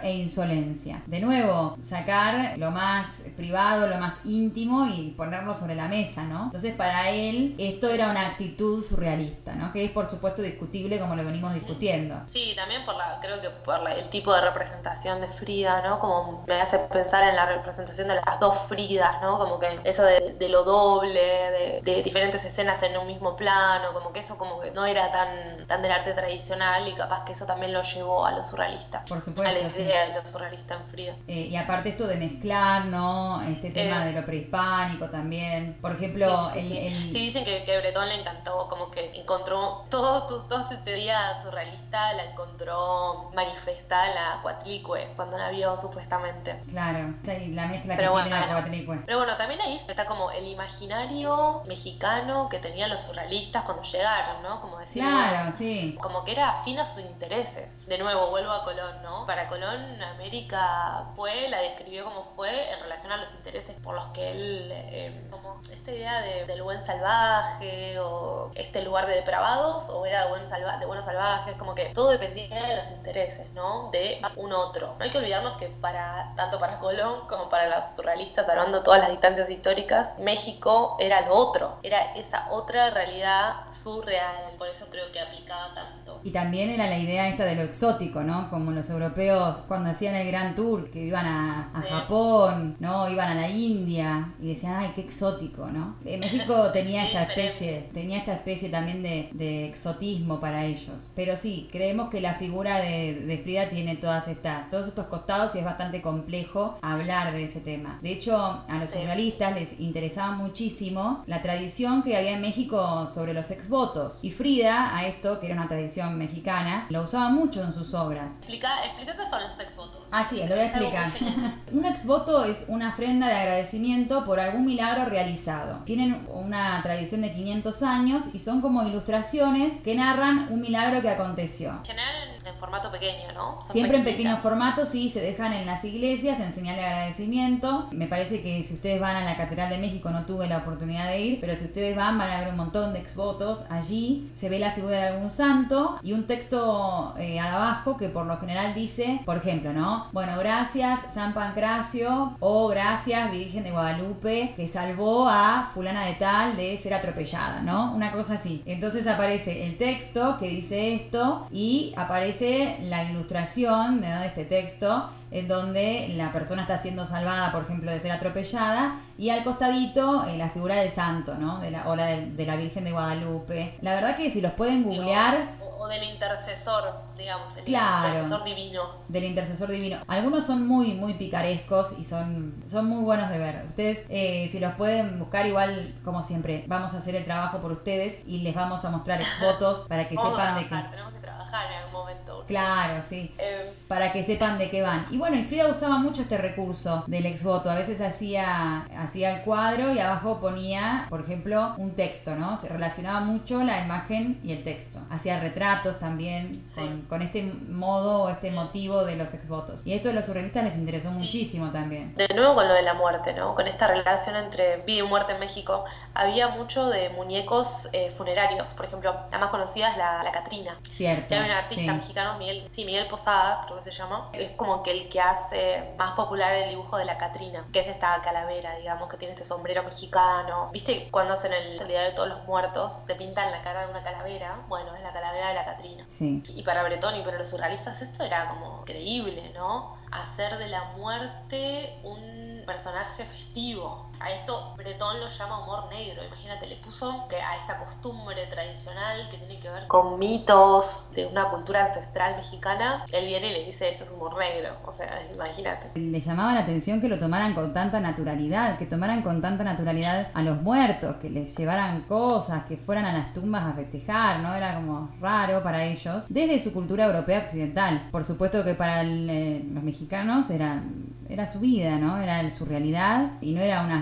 Speaker 3: violencia. De nuevo, sacar lo más privado, lo más íntimo y ponerlo sobre la mesa, ¿no? Entonces para él esto era una actitud surrealista, ¿no? Que es por supuesto discutible como lo venimos discutiendo.
Speaker 4: Sí, también por la, creo que por la, el tipo de representación de Frida, ¿no? Como me hace pensar en la representación de las dos Fridas, ¿no? Como que eso de, de lo doble, de, de diferentes escenas en un mismo plano, como que eso como que no era tan, tan del arte tradicional y capaz que eso también lo llevó a lo surrealista.
Speaker 3: Por supuesto,
Speaker 4: a la idea
Speaker 3: sí.
Speaker 4: de lo surrealista en Frida.
Speaker 3: Eh, y aparte esto de mezclar, ¿no? Este tema
Speaker 4: Eh,
Speaker 3: de lo prehispánico también. Por ejemplo,
Speaker 4: sí, sí, sí,
Speaker 3: el,
Speaker 4: sí.
Speaker 3: el...
Speaker 4: Sí, dicen que, que Bretón le encantó, como que encontró todo, tu, toda su teoría surrealista, la encontró manifestada en la Cuatlicue, cuando la vio supuestamente.
Speaker 3: Claro, la mezcla
Speaker 4: Pero
Speaker 3: que
Speaker 4: bueno,
Speaker 3: tiene la Cuatlicue.
Speaker 4: Pero bueno, también ahí está como el imaginario mexicano que tenían los surrealistas cuando llegaron, ¿no? Como decir,
Speaker 3: Claro,
Speaker 4: bueno,
Speaker 3: sí.
Speaker 4: como que era afín a sus intereses. De nuevo, vuelvo a Colón, ¿no? Para Colón, América fue, la describió como fue en relación a los intereses por los que él, eh, como esta idea de, del buen salvaje o este lugar de depravados o era de, buen salva, de buenos salvajes, como que todo dependía de los intereses, ¿no? De un otro. No hay que olvidarnos que para tanto para Colón como para los surrealistas, hablando todas las distancias históricas, México era lo otro, era esa otra realidad surreal, por eso creo que aplicaba tanto.
Speaker 3: Y también era la idea esta de lo exótico, ¿no? Como los europeos cuando hacían el Gran Tour, que iban a, a
Speaker 4: Sí.
Speaker 3: Japón, ¿no? Iban a la India y decían, ay, qué exótico, ¿no? Eh, México tenía esta especie, tenía esta especie también de, de exotismo para ellos. Pero sí, creemos que la figura de, de Frida tiene todas estas, todos estos costados y es bastante complejo hablar de ese tema. De hecho, a los
Speaker 4: Sí.
Speaker 3: surrealistas les interesaba muchísimo la tradición que había en México sobre los exvotos. Y Frida, a esto, que era una tradición mexicana, lo usaba mucho en sus obras.
Speaker 4: Explica, explica qué son los exvotos.
Speaker 3: Así es, lo voy a
Speaker 4: Es algo muy
Speaker 3: explicar.
Speaker 4: genial.
Speaker 3: Un exvoto es una ofrenda de agradecimiento por algún milagro realizado. Tienen una tradición de quinientos años y son como ilustraciones que narran un milagro que aconteció.
Speaker 4: En general en, en formato pequeño, ¿no? Son
Speaker 3: Siempre en pequeño
Speaker 4: pequeñitas.
Speaker 3: formato, sí, se dejan en las iglesias en señal de agradecimiento. Me parece que si ustedes van a la Catedral de México, no tuve la oportunidad de ir, pero si ustedes van, van a ver un montón de exvotos allí. Se ve la figura de algún santo y un texto eh, abajo que por lo general dice, por ejemplo, ¿no? Bueno, gracias San Pancracio o gracias Virgen de Guadalupe que salvó a fulana de tal de ser atropellada, ¿no? Una cosa así. Entonces aparece el texto que dice esto y aparece la ilustración de, ¿no? de este texto en donde la persona está siendo salvada, por ejemplo, de ser atropellada, y al costadito eh, la figura del santo, ¿no? De la, o la de, de la Virgen de Guadalupe. La verdad que si los pueden
Speaker 4: Sí,
Speaker 3: googlear...
Speaker 4: o, o del intercesor, digamos, el
Speaker 3: Claro.
Speaker 4: intercesor divino.
Speaker 3: Del intercesor divino. Algunos son muy, muy picarescos y son, son muy buenos de ver. Ustedes, eh, si los pueden buscar, igual, como siempre, vamos a hacer el trabajo por ustedes y les vamos a mostrar exvotos para que
Speaker 4: Vamos
Speaker 3: sepan
Speaker 4: a
Speaker 3: de qué...
Speaker 4: trabajar, tenemos que trabajar en algún momento. Úrsula.
Speaker 3: Claro, sí.
Speaker 4: Eh,
Speaker 3: Para que sepan de qué van. Y bueno, y Frida usaba mucho este recurso del exvoto. A veces hacía, hacía el cuadro y abajo ponía, por ejemplo, un texto, ¿no? Se relacionaba mucho la imagen y el texto. Hacía retratos también
Speaker 4: Sí.
Speaker 3: con, con este modo o este motivo de los exvotos. Y esto a los surrealistas les interesó
Speaker 4: Sí.
Speaker 3: muchísimo también.
Speaker 4: De nuevo con lo de la muerte, ¿no? Con esta relación entre vida y muerte en México, había mucho de muñecos eh, funerarios. Por ejemplo, la más conocida es la, la Catrina.
Speaker 3: Cierto.
Speaker 4: Que hay un artista
Speaker 3: Sí.
Speaker 4: mexicano, Miguel, sí, Miguel Posada, creo que se llama. Es como que el que hace más popular el dibujo de la Catrina, que es esta calavera, digamos, que tiene este sombrero mexicano. ¿Viste cuando hacen el, el Día de Todos los Muertos? Se pintan la cara de una calavera. Bueno, es la calavera de la Catrina.
Speaker 3: Sí.
Speaker 4: Y para Bretón y para los surrealistas esto era como increíble, ¿no? Hacer de la muerte un personaje festivo. A esto Bretón lo llama humor negro. Imagínate, le puso que a esta costumbre tradicional que tiene que ver con mitos de una cultura ancestral mexicana, él viene y le dice eso es humor negro. O sea, imagínate.
Speaker 3: Le llamaba la atención que lo tomaran con tanta naturalidad, que tomaran con tanta naturalidad a los muertos, que les llevaran cosas, que fueran a las tumbas a festejar, ¿no? Era como raro para ellos, desde su cultura europea occidental. Por supuesto que para el, eh, los mexicanos era, era su vida, ¿no? Era su realidad y no era una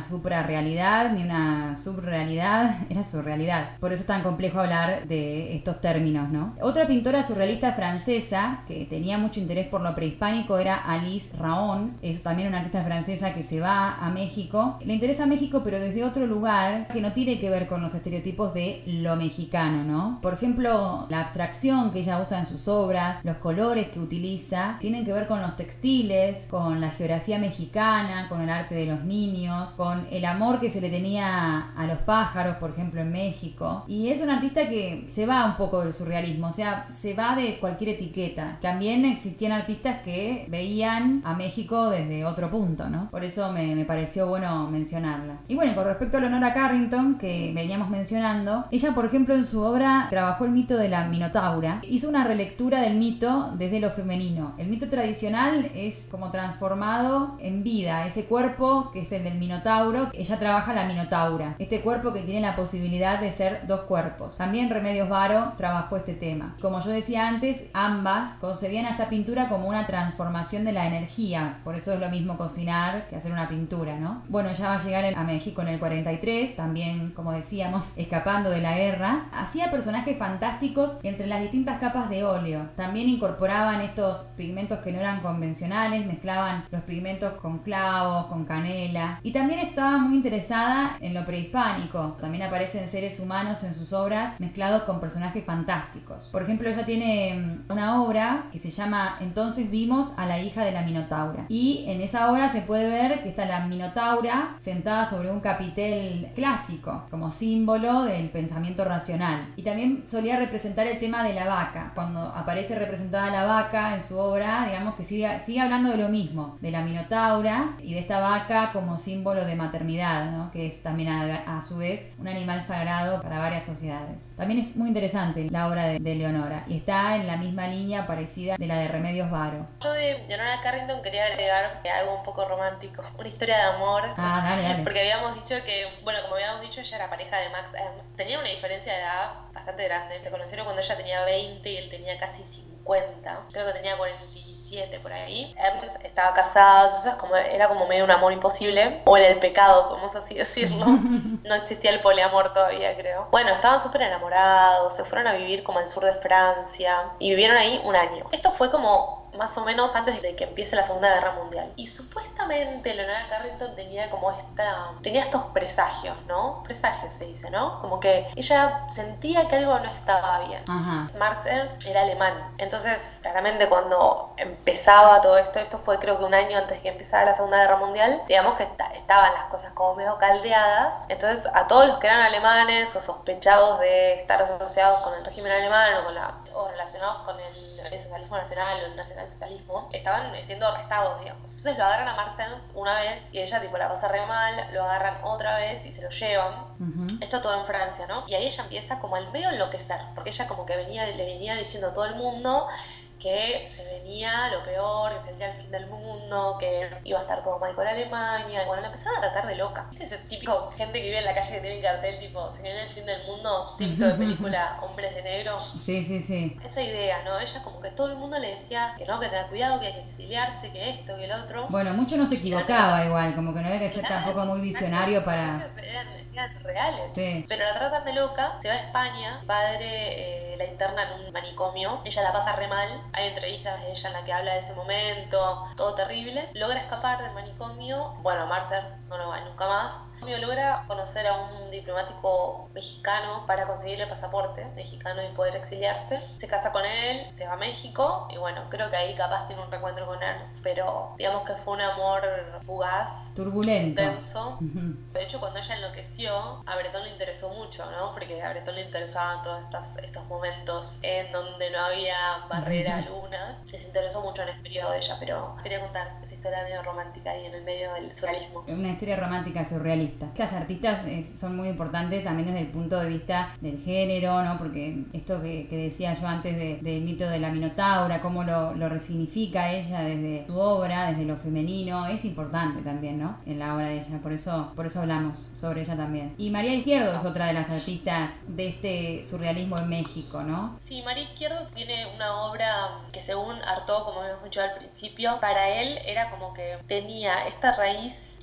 Speaker 3: suprarrealidad ni una subrealidad, era su realidad. Por eso es tan complejo hablar de estos términos, ¿no? Otra pintora surrealista francesa que tenía mucho interés por lo prehispánico era Alice Raon, es también una artista francesa que se va a México. Le interesa México, pero desde otro lugar que no tiene que ver con los estereotipos de lo mexicano, ¿no? Por ejemplo, la abstracción que ella usa en sus obras, los colores que utiliza, tienen que ver con los textiles, con la geografía mexicana, con el arte de los niños, con el amor que se le tenía a los pájaros, por ejemplo, en México. Y es una artista que se va un poco del surrealismo, o sea, se va de cualquier etiqueta. También existían artistas que veían a México desde otro punto, ¿no? Por eso me, me pareció bueno mencionarla. Y bueno, con respecto a Leonora Carrington, que veníamos mencionando, ella, por ejemplo, en su obra trabajó el mito de la Minotaura. Hizo una relectura del mito desde lo femenino. El mito tradicional es como transformado en vida, ese cuerpo que es el del Minotauro. Ella trabaja la Minotaura, este cuerpo que tiene la posibilidad de ser dos cuerpos. También Remedios Varo trabajó este tema. Como yo decía antes, ambas concebían a esta pintura como una transformación de la energía. Por eso es lo mismo cocinar que hacer una pintura, ¿no? Bueno, ya va a llegar a México en el cuarenta y tres, también, como decíamos, escapando de la guerra. Hacía personajes fantásticos entre las distintas capas de óleo. También incorporaban estos pigmentos que no eran convencionales, mezclaban los pigmentos con clavos, con canela. Y también estaba muy interesada en lo prehispánico. También aparecen seres humanos en sus obras mezclados con personajes fantásticos. Por ejemplo, ella tiene una obra que se llama Entonces vimos a la hija de la Minotaura. Y en esa obra se puede ver que está la Minotaura sentada sobre un capitel clásico, como símbolo del pensamiento racional. Y también solía representar el tema de la vaca. Cuando aparece representada la vaca en su obra, digamos que sigue, sigue hablando de lo mismo, de la Minotaura y de esta vaca como símbolo de maternidad, ¿no? Que es también a, a su vez un animal sagrado para varias sociedades. También es muy interesante la obra de, de Leonora y está en la misma línea parecida de la de Remedios Varo.
Speaker 4: Yo de Leonora Carrington quería agregar algo un poco romántico, una historia de amor.
Speaker 3: Ah, dale, dale.
Speaker 4: Porque habíamos dicho que, bueno, como habíamos dicho, ella era pareja de Max Ernst. Tenían una diferencia de edad bastante grande. Se conocieron cuando ella tenía veinte y él tenía casi cincuenta. Creo que tenía cuarenta y siete por ahí. Ernst estaba casado, entonces como era como medio un amor imposible, o era el pecado, podemos así decirlo. No existía el poliamor todavía, creo. Bueno, estaban súper enamorados, se fueron a vivir como al sur de Francia y vivieron ahí un año. Esto fue como más o menos antes de que empiece la Segunda Guerra Mundial. Y supuestamente Leonora Carrington tenía como esta... tenía estos presagios, ¿no? Presagios se dice, ¿no? Como que ella sentía que algo no estaba bien.
Speaker 3: Ajá.
Speaker 4: Max Ernst era alemán. Entonces, claramente cuando empezaba todo esto, esto fue creo que un año antes de que empezara la Segunda Guerra Mundial, digamos que está, estaban las cosas como medio caldeadas. Entonces, a todos los que eran alemanes o sospechados de estar asociados con el régimen alemán o, con la, o relacionados con el el socialismo nacional o el nacionalsocialismo, estaban siendo arrestados, digamos. Entonces lo agarran a Max Ernst una vez y ella tipo la pasa re mal, lo agarran otra vez y se lo llevan. Uh-huh. Esto todo en Francia, ¿no? Y ahí ella empieza como al medio enloquecer, porque ella como que venía, le venía diciendo a todo el mundo que se venía lo peor, que se venía el fin del mundo, que iba a estar todo mal con Alemania. Y bueno, la empezaron a tratar de loca. ¿Viste ese típico gente que vive en la calle que tiene un cartel tipo se viene el fin del mundo, típico de película Hombres de Negro?
Speaker 3: Sí, sí, sí.
Speaker 4: Esa idea, ¿no? Ella como que todo el mundo le decía que no, que tenga cuidado, que hay que exiliarse, que esto, que el otro.
Speaker 3: Bueno, mucho no se equivocaba igual, como que no había que ser claro, tampoco muy visionario para...
Speaker 4: Eran, eran reales.
Speaker 3: Sí.
Speaker 4: Pero la tratan de loca, se va a España, el padre eh, la interna en un manicomio, ella la pasa re mal. Hay entrevistas de ella en la que habla de ese momento, todo terrible. Logra escapar del manicomio. Bueno, Max Ernst no lo va nunca más. Logra conocer a un diplomático mexicano para conseguirle el pasaporte mexicano y poder exiliarse. Se casa con él, se va a México y bueno, creo que ahí capaz tiene un reencuentro con Ernst. Pero digamos que fue un amor fugaz,
Speaker 3: turbulento,
Speaker 4: tenso. Uh-huh. De hecho, cuando ella enloqueció, a Bretón le interesó mucho, ¿no? Porque a Bretón le interesaban todos estos, estos momentos en donde no había barrera luna. Les interesó mucho en ese periodo de ella, pero quería contar esa historia medio romántica ahí en el medio del surrealismo.
Speaker 3: Una historia romántica surrealista. Estas artistas es, son muy importantes también desde el punto de vista del género, ¿no? Porque esto que, que decía yo antes de, del mito de la Minotaura, cómo lo, lo resignifica ella desde su obra, desde lo femenino, es importante también, ¿no? En la obra de ella, por eso, por eso hablamos sobre ella también. Y María Izquierdo es otra de las artistas de este surrealismo en México, ¿no?
Speaker 4: Sí, María Izquierdo tiene una obra que según Artaud, como habíamos dicho al principio, para él era como que tenía esta raíz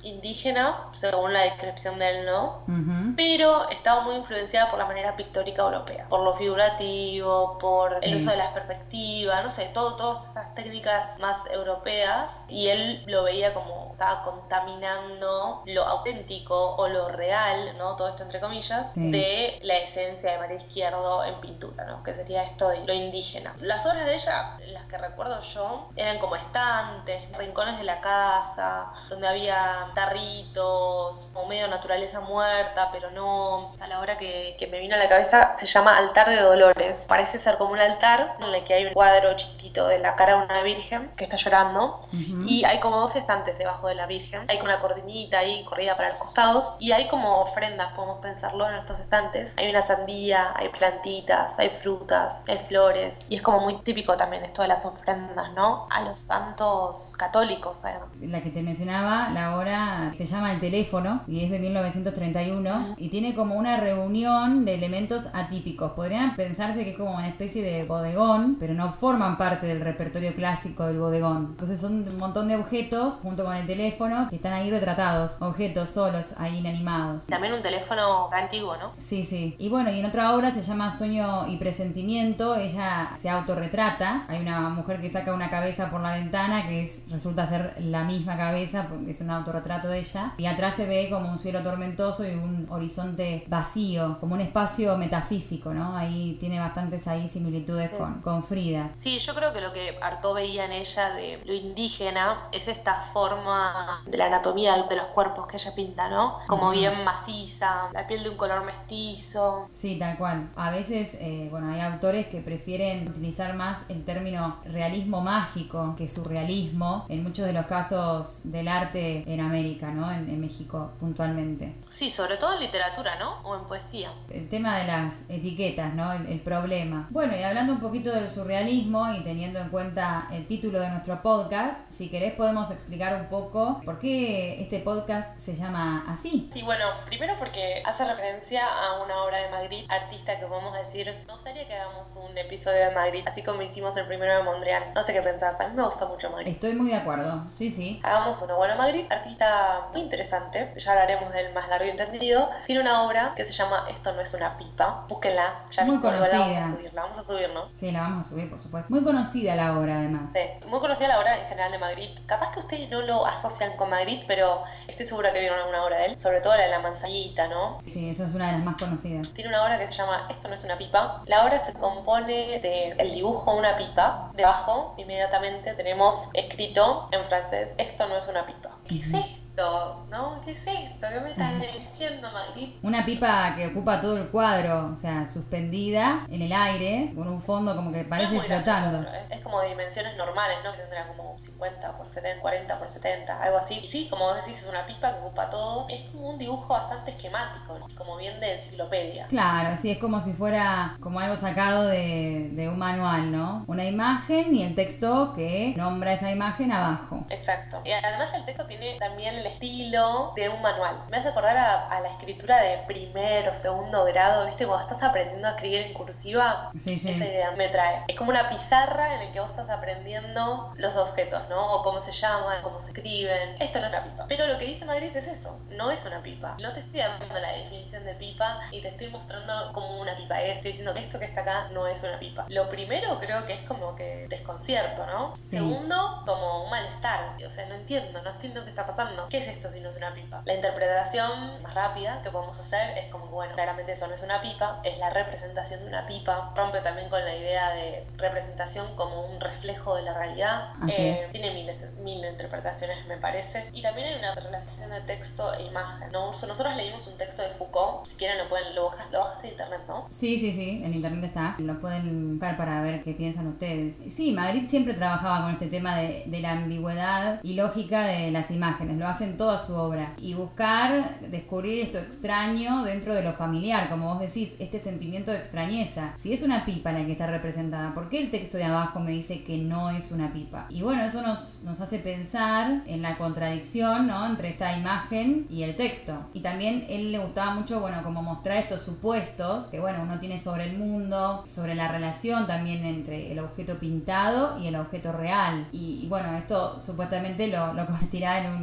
Speaker 4: indígena, según la descripción de él, ¿no?
Speaker 3: Uh-huh.
Speaker 4: Pero estaba muy influenciada por la manera pictórica europea, por lo figurativo, por el
Speaker 3: Sí.
Speaker 4: uso de las perspectivas, no sé, todo, todas esas técnicas más europeas, y él lo veía como estaba contaminando lo auténtico o lo real, ¿no? Todo esto entre comillas,
Speaker 3: Sí.
Speaker 4: de la esencia de María Izquierdo en pintura, ¿no? Que sería esto de lo indígena. Las obras de ella, las que recuerdo yo, eran como estantes, rincones de la casa, donde había tarritos, como medio naturaleza muerta, pero no. A la hora que, que me vino a la cabeza se llama Altar de Dolores. Parece ser como un altar en el que hay un cuadro chiquitito de la cara de una virgen que está llorando,
Speaker 3: Uh-huh.
Speaker 4: y hay como dos estantes debajo de la virgen. Hay como una cortinita ahí corrida para los costados, y hay como ofrendas, podemos pensarlo, en estos estantes. Hay una sandía, hay plantitas, hay frutas, hay flores, y es como muy típico también esto de las ofrendas, ¿no? A los santos católicos, además.
Speaker 3: La que te mencionaba, la obra se llama El teléfono y es de mil novecientos treinta y uno uh-huh. y tiene como una reunión de elementos atípicos. Podrían pensarse que es como una especie de bodegón, pero no forman parte del repertorio clásico del bodegón. Entonces son un montón de objetos junto con el teléfono que están ahí retratados, objetos solos ahí inanimados.
Speaker 4: También un teléfono antiguo, ¿no?
Speaker 3: Sí, sí. Y bueno, y en otra obra se llama Sueño y Presentimiento, ella se autorretrata. Hay una mujer que saca una cabeza por la ventana que es, resulta ser la misma cabeza porque es un autorretrato de ella, y atrás se ve como un cielo tormentoso y un horizonte vacío, como un espacio metafísico, ¿no? Ahí tiene bastantes ahí similitudes
Speaker 4: sí.
Speaker 3: con, con Frida.
Speaker 4: Sí, yo creo que lo que Artaud veía en ella de lo indígena es esta forma de la anatomía de los cuerpos que ella pinta, ¿no? Como uh-huh. bien maciza, la piel de un color mestizo.
Speaker 3: Sí, tal cual. A veces, eh, bueno, hay autores que prefieren utilizar más el término realismo mágico que surrealismo en muchos de los casos del arte en América, ¿no? En, en México puntualmente.
Speaker 4: Sí, sobre todo en literatura, ¿no? O en poesía.
Speaker 3: El tema de las etiquetas, ¿no? El, el problema. Bueno, y hablando un poquito del surrealismo y teniendo en cuenta el título de nuestro podcast, si querés podemos explicar un poco por qué este podcast se llama así.
Speaker 4: Sí, bueno, primero porque hace referencia a una obra de Magritte, artista que podemos decir, me gustaría que hagamos un episodio de Magritte, así como hicimos el primero de Mondrian. No sé qué pensás, a mí me gusta mucho Magritte.
Speaker 3: Estoy muy de acuerdo, sí, sí.
Speaker 4: Hagamos uno. Bueno, Magritte, artista muy interesante, ya hablaremos del más largo y entendido, tiene una obra que se llama Esto no es una pipa, búsquenla, ya
Speaker 3: muy
Speaker 4: mismo
Speaker 3: conocida.
Speaker 4: La vamos a subir, la vamos a subir, ¿no?
Speaker 3: Sí, la vamos a subir, por supuesto. Muy conocida la obra, además.
Speaker 4: Sí, muy conocida la obra en general de Magritte. Capaz que ustedes no lo asocian con Magritte, pero estoy segura que vieron alguna obra de él, sobre todo la de la manzanita, ¿no?
Speaker 3: Sí, esa es una de las más conocidas.
Speaker 4: Tiene una obra que se llama Esto no es una pipa. La obra se compone de el dibujo de una pipa. Debajo, inmediatamente, tenemos escrito en francés, esto no es una pipa. ¿Qué es esto? ¿No? ¿Qué es esto? ¿Qué me estás diciendo, Magritte?
Speaker 3: Una pipa que ocupa todo el cuadro, o sea, suspendida en el aire, con un fondo como que parece
Speaker 4: no es
Speaker 3: flotando.
Speaker 4: Grande, es, es como de dimensiones normales, ¿no? Que tendrá como cincuenta por setenta, cuarenta por setenta, algo así. Y sí, como vos decís, es una pipa que ocupa todo. Es como un dibujo bastante esquemático, ¿no? Como bien de enciclopedia.
Speaker 3: Claro, sí, es como si fuera como algo sacado de, de un manual, ¿no? Una imagen y el texto que nombra esa imagen abajo.
Speaker 4: Exacto. Y además el texto tiene también el estilo de un manual. Me hace acordar a, a la escritura de primer o segundo grado, ¿viste? Cuando estás aprendiendo a escribir en cursiva,
Speaker 3: sí, sí.
Speaker 4: Esa idea me trae. Es como una pizarra en la que vos estás aprendiendo los objetos, ¿no? O cómo se llaman, cómo se escriben. Esto no es una pipa. Pero lo que dice Magritte es eso, no es una pipa. No te estoy dando la definición de pipa y te estoy mostrando cómo una pipa es. Estoy diciendo que esto que está acá no es una pipa. Lo primero creo que es como que desconcierto, ¿no?
Speaker 3: Sí.
Speaker 4: Segundo, como un malestar. O sea, no entiendo, no entiendo qué está pasando. ¿Qué es esto si no es una pipa? La interpretación más rápida que podemos hacer es como que, bueno, claramente eso no es una pipa, es la representación de una pipa. Rompe también con la idea de representación como un reflejo de la realidad. Eh, tiene miles, mil interpretaciones, me parece. Y también hay una relación de texto e imagen, ¿no? Nosotros leímos un texto de Foucault, si quieren lo pueden, lo bajaste, lo bajaste de internet, ¿no?
Speaker 3: Sí, sí, sí, en internet está. Lo pueden buscar para ver qué piensan ustedes. Sí, Magritte siempre trabajaba con este tema de, de la ambigüedad y lógica de las imágenes. Lo hace en toda su obra. Y buscar descubrir esto extraño dentro de lo familiar, como vos decís, este sentimiento de extrañeza. Si es una pipa la que está representada, ¿por qué el texto de abajo me dice que no es una pipa? Y bueno, eso nos, nos hace pensar en la contradicción, ¿no? Entre esta imagen y el texto. Y también él le gustaba mucho, bueno, como mostrar estos supuestos que, bueno, uno tiene sobre el mundo, sobre la relación también entre el objeto pintado y el objeto real. Y, y bueno, esto supuestamente lo, lo convertirá en un, en un surrealismo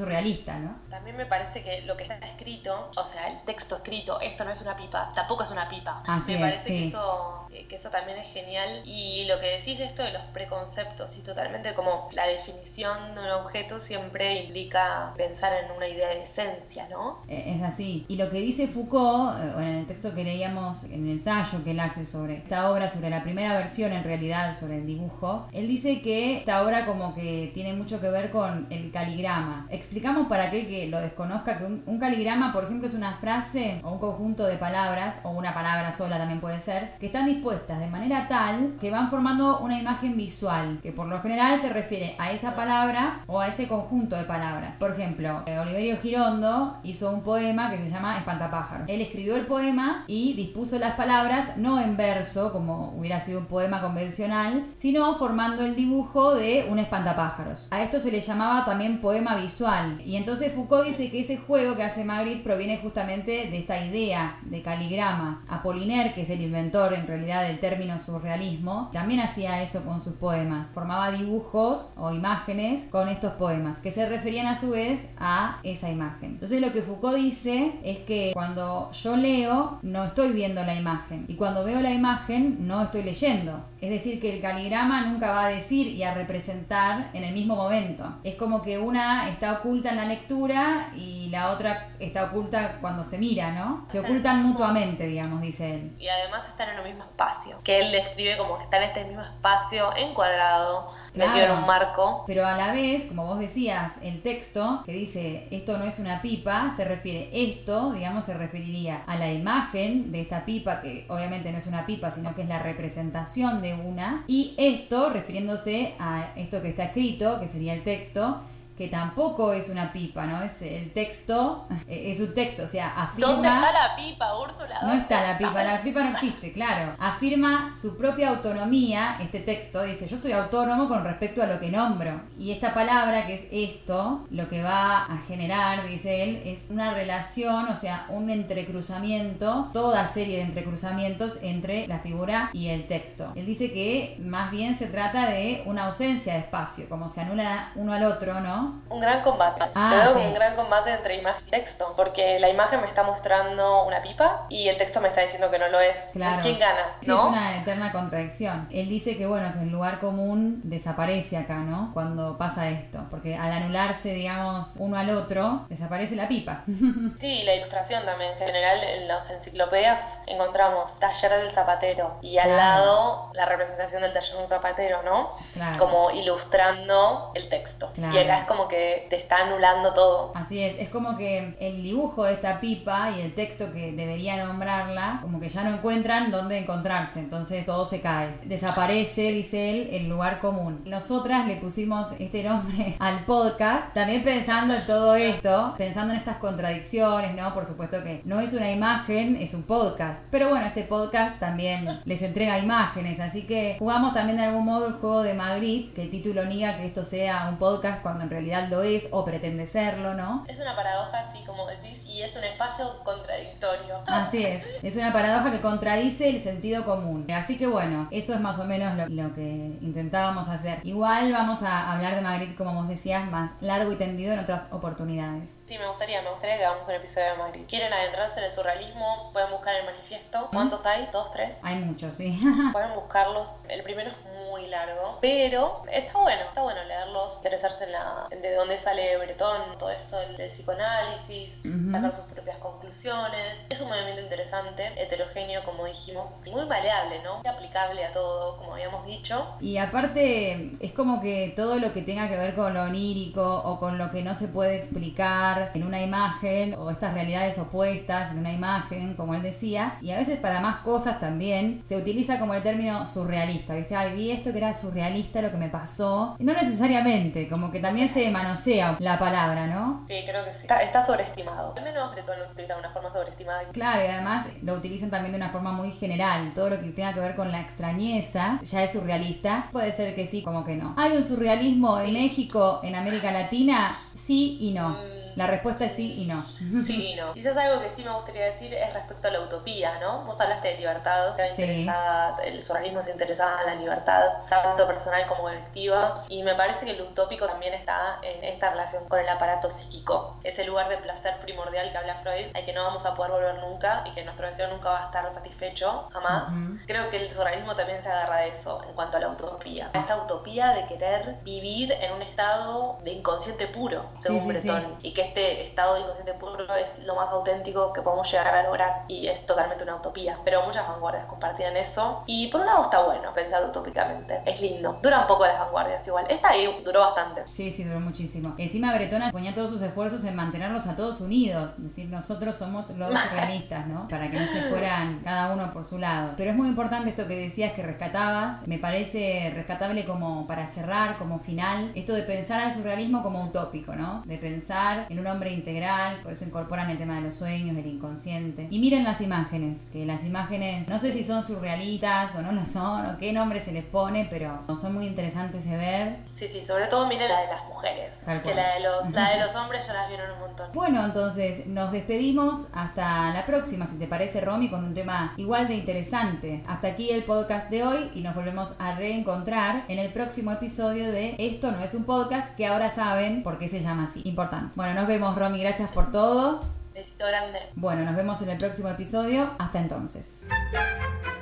Speaker 3: surrealista, ¿no?
Speaker 4: También me parece que lo que está escrito, o sea, el texto escrito, esto no es una pipa, tampoco es una pipa.
Speaker 3: Así
Speaker 4: me parece
Speaker 3: es, sí.
Speaker 4: que eso, que eso también es genial. Y lo que decís de esto de los preconceptos, y totalmente como la definición de un objeto siempre implica pensar en una idea de esencia, ¿no?
Speaker 3: Es así. Y lo que dice Foucault, o en el texto que leíamos, en el ensayo que él hace sobre esta obra, sobre la primera versión en realidad, sobre el dibujo, él dice que esta obra como que tiene mucho que ver con el caligrama. Explicamos para aquel que lo desconozca que un, un caligrama, por ejemplo, es una frase o un conjunto de palabras, o una palabra sola también puede ser, que están dispuestas de manera tal que van formando una imagen visual, que por lo general se refiere a esa palabra o a ese conjunto de palabras. Por ejemplo, eh, Oliverio Girondo hizo un poema que se llama Espantapájaros. Él escribió el poema y dispuso las palabras no en verso, como hubiera sido un poema convencional, sino formando el dibujo de un espantapájaros. A esto se le llamaba también poema visual. Y entonces Foucault dice que ese juego que hace Magritte proviene justamente de esta idea de caligrama. Apollinaire, que es el inventor en realidad del término surrealismo, también hacía eso con sus poemas. Formaba dibujos o imágenes con estos poemas, que se referían a su vez a esa imagen. Entonces lo que Foucault dice es que cuando yo leo, no estoy viendo la imagen. Y cuando veo la imagen, no estoy leyendo. Es decir, que el caligrama nunca va a decir y a representar en el mismo momento. Es como que una está oculta en la lectura y la otra está oculta cuando se mira, ¿no? Se ocultan mutuamente, digamos, dice él.
Speaker 4: Y además están en el mismo espacio, que él describe como que está en este mismo espacio encuadrado,
Speaker 3: Claro,
Speaker 4: metido en un marco.
Speaker 3: Pero a la vez, como vos decías, el texto que dice esto no es una pipa, se refiere, esto, digamos, se referiría a la imagen de esta pipa, que obviamente no es una pipa, sino que es la representación de una, y esto refiriéndose a esto que está escrito, que sería el texto, que tampoco es una pipa, ¿no? Es el texto, es un texto, o sea, afirma...
Speaker 4: ¿Dónde está la pipa, Úrsula?
Speaker 3: No está la pipa, la pipa no existe, claro. Afirma su propia autonomía, este texto, dice, yo soy autónomo con respecto a lo que nombro. Y esta palabra, que es esto, lo que va a generar, dice él, es una relación, o sea, un entrecruzamiento, toda serie de entrecruzamientos entre la figura y el texto. Él dice que más bien se trata de una ausencia de espacio, como se anula uno al otro, ¿no?
Speaker 4: Un gran combate.
Speaker 3: Ah,
Speaker 4: Lo veo
Speaker 3: sí.
Speaker 4: como un gran combate entre imagen y texto, porque la imagen me está mostrando una pipa y el texto me está diciendo que no lo es.
Speaker 3: Claro.
Speaker 4: ¿Quién gana?
Speaker 3: Sí,
Speaker 4: ¿No?
Speaker 3: es una eterna contradicción. Él dice que, bueno, que el lugar común desaparece acá, ¿no? Cuando pasa esto, porque al anularse, digamos, uno al otro, desaparece la pipa.
Speaker 4: Sí, la ilustración también. En general, en las enciclopedias encontramos taller del zapatero y al
Speaker 3: Claro.
Speaker 4: lado la representación del taller de un zapatero, ¿no?
Speaker 3: Claro.
Speaker 4: Como ilustrando el texto.
Speaker 3: Claro.
Speaker 4: Y acá es como que te está anulando todo.
Speaker 3: Así es, es como que el dibujo de esta pipa y el texto que debería nombrarla, como que ya no encuentran dónde encontrarse, entonces todo se cae. Desaparece, dice él, el lugar común. Nosotras le pusimos este nombre al podcast, también pensando en todo esto, pensando en estas contradicciones, ¿no? Por supuesto que no es una imagen, es un podcast. Pero bueno, este podcast también les entrega imágenes, así que jugamos también de algún modo el juego de Magritte, que el título niega que esto sea un podcast cuando en realidad lo es o pretende serlo, ¿no?
Speaker 4: Es una paradoja, así como decís, y es un espacio contradictorio.
Speaker 3: Así es, es una paradoja que contradice el sentido común. Así que bueno, eso es más o menos lo, lo que intentábamos hacer. Igual vamos a hablar de Magritte, como vos decías, más largo y tendido en otras oportunidades.
Speaker 4: Sí, me gustaría, me gustaría que hagamos un episodio de Magritte. ¿Quieren adentrarse en el surrealismo? Pueden buscar el manifiesto. ¿Cuántos hay? ¿Dos, tres?
Speaker 3: Hay muchos, sí.
Speaker 4: Pueden buscarlos. El primero es muy largo, pero está bueno, está bueno leerlos, interesarse en la, en de dónde sale Breton, todo esto del, del psicoanálisis,
Speaker 3: Uh-huh.
Speaker 4: sacar sus propias conclusiones. Es un movimiento interesante, heterogéneo, como dijimos, y muy maleable, ¿no? Aplicable a todo, como habíamos dicho.
Speaker 3: Y aparte es como que todo lo que tenga que ver con lo onírico o con lo que no se puede explicar en una imagen, o estas realidades opuestas en una imagen, como él decía, y a veces para más cosas también se utiliza como el término surrealista, ¿viste? Ay, vi esto que era surrealista lo que me pasó, y no necesariamente, como que también se manosea la palabra, ¿no?
Speaker 4: Sí, creo que sí. Está, está sobreestimado. Al menos Breton lo utiliza de una forma sobreestimada.
Speaker 3: Claro, y además lo utilizan también de una forma muy general. Todo lo que tenga que ver con la extrañeza ya es surrealista. Puede ser que sí, como que no. ¿Hay un surrealismo
Speaker 4: Sí.
Speaker 3: en México, en América Latina? Sí y no.
Speaker 4: Mm,
Speaker 3: La respuesta es sí y no.
Speaker 4: Sí y no. Quizás algo que sí me gustaría decir es respecto a la utopía, ¿no? Vos hablaste de libertad, te
Speaker 3: Sí.
Speaker 4: interesada, el surrealismo se interesaba en la libertad, tanto personal como colectiva, y me parece que lo utópico también está en esta relación con el aparato psíquico, ese lugar de placer primordial que habla Freud, al que no vamos a poder volver nunca y que nuestro deseo nunca va a estar satisfecho, jamás.
Speaker 3: Uh-huh.
Speaker 4: Creo que el surrealismo también se agarra de eso en cuanto a la utopía, a esta utopía de querer vivir en un estado de inconsciente puro, según
Speaker 3: Sí, sí,
Speaker 4: Breton,
Speaker 3: sí.
Speaker 4: y que este estado de inconsciente puro es lo más auténtico que podemos llegar a lograr, y es totalmente una utopía, pero muchas vanguardias compartían eso, y por un lado está bueno pensar utópicamente, es lindo, duran poco las vanguardias igual, esta ahí duró bastante.
Speaker 3: Sí, sí, duró muchísimo. Encima Bretón ponía todos sus esfuerzos en mantenerlos a todos unidos, es decir, nosotros somos los surrealistas, ¿no? Para que no se fueran cada uno por su lado. Pero es muy importante esto que decías que rescatabas, me parece rescatable como para cerrar, como final, esto de pensar al surrealismo como utópico, ¿no? De pensar en un hombre integral, por eso incorporan el tema de los sueños, del inconsciente. Y miren las imágenes, que las imágenes, no sé si son surrealistas o no lo son, o qué nombre se les pone, pero son muy interesantes de ver.
Speaker 4: Sí, sí, sobre todo miren la de las mujeres,
Speaker 3: Tal
Speaker 4: que
Speaker 3: cual.
Speaker 4: la de los, la de los hombres ya las vieron un montón.
Speaker 3: Bueno, entonces nos despedimos hasta la próxima, si te parece, Romy, con un tema igual de interesante. Hasta aquí el podcast de hoy y nos volvemos a reencontrar en el próximo episodio de Esto no es un podcast, que ahora saben por qué se llama así. Importante. Bueno, nos vemos, Romy, gracias por todo.
Speaker 4: Besito grande.
Speaker 3: Bueno, nos vemos en el próximo episodio. Hasta entonces.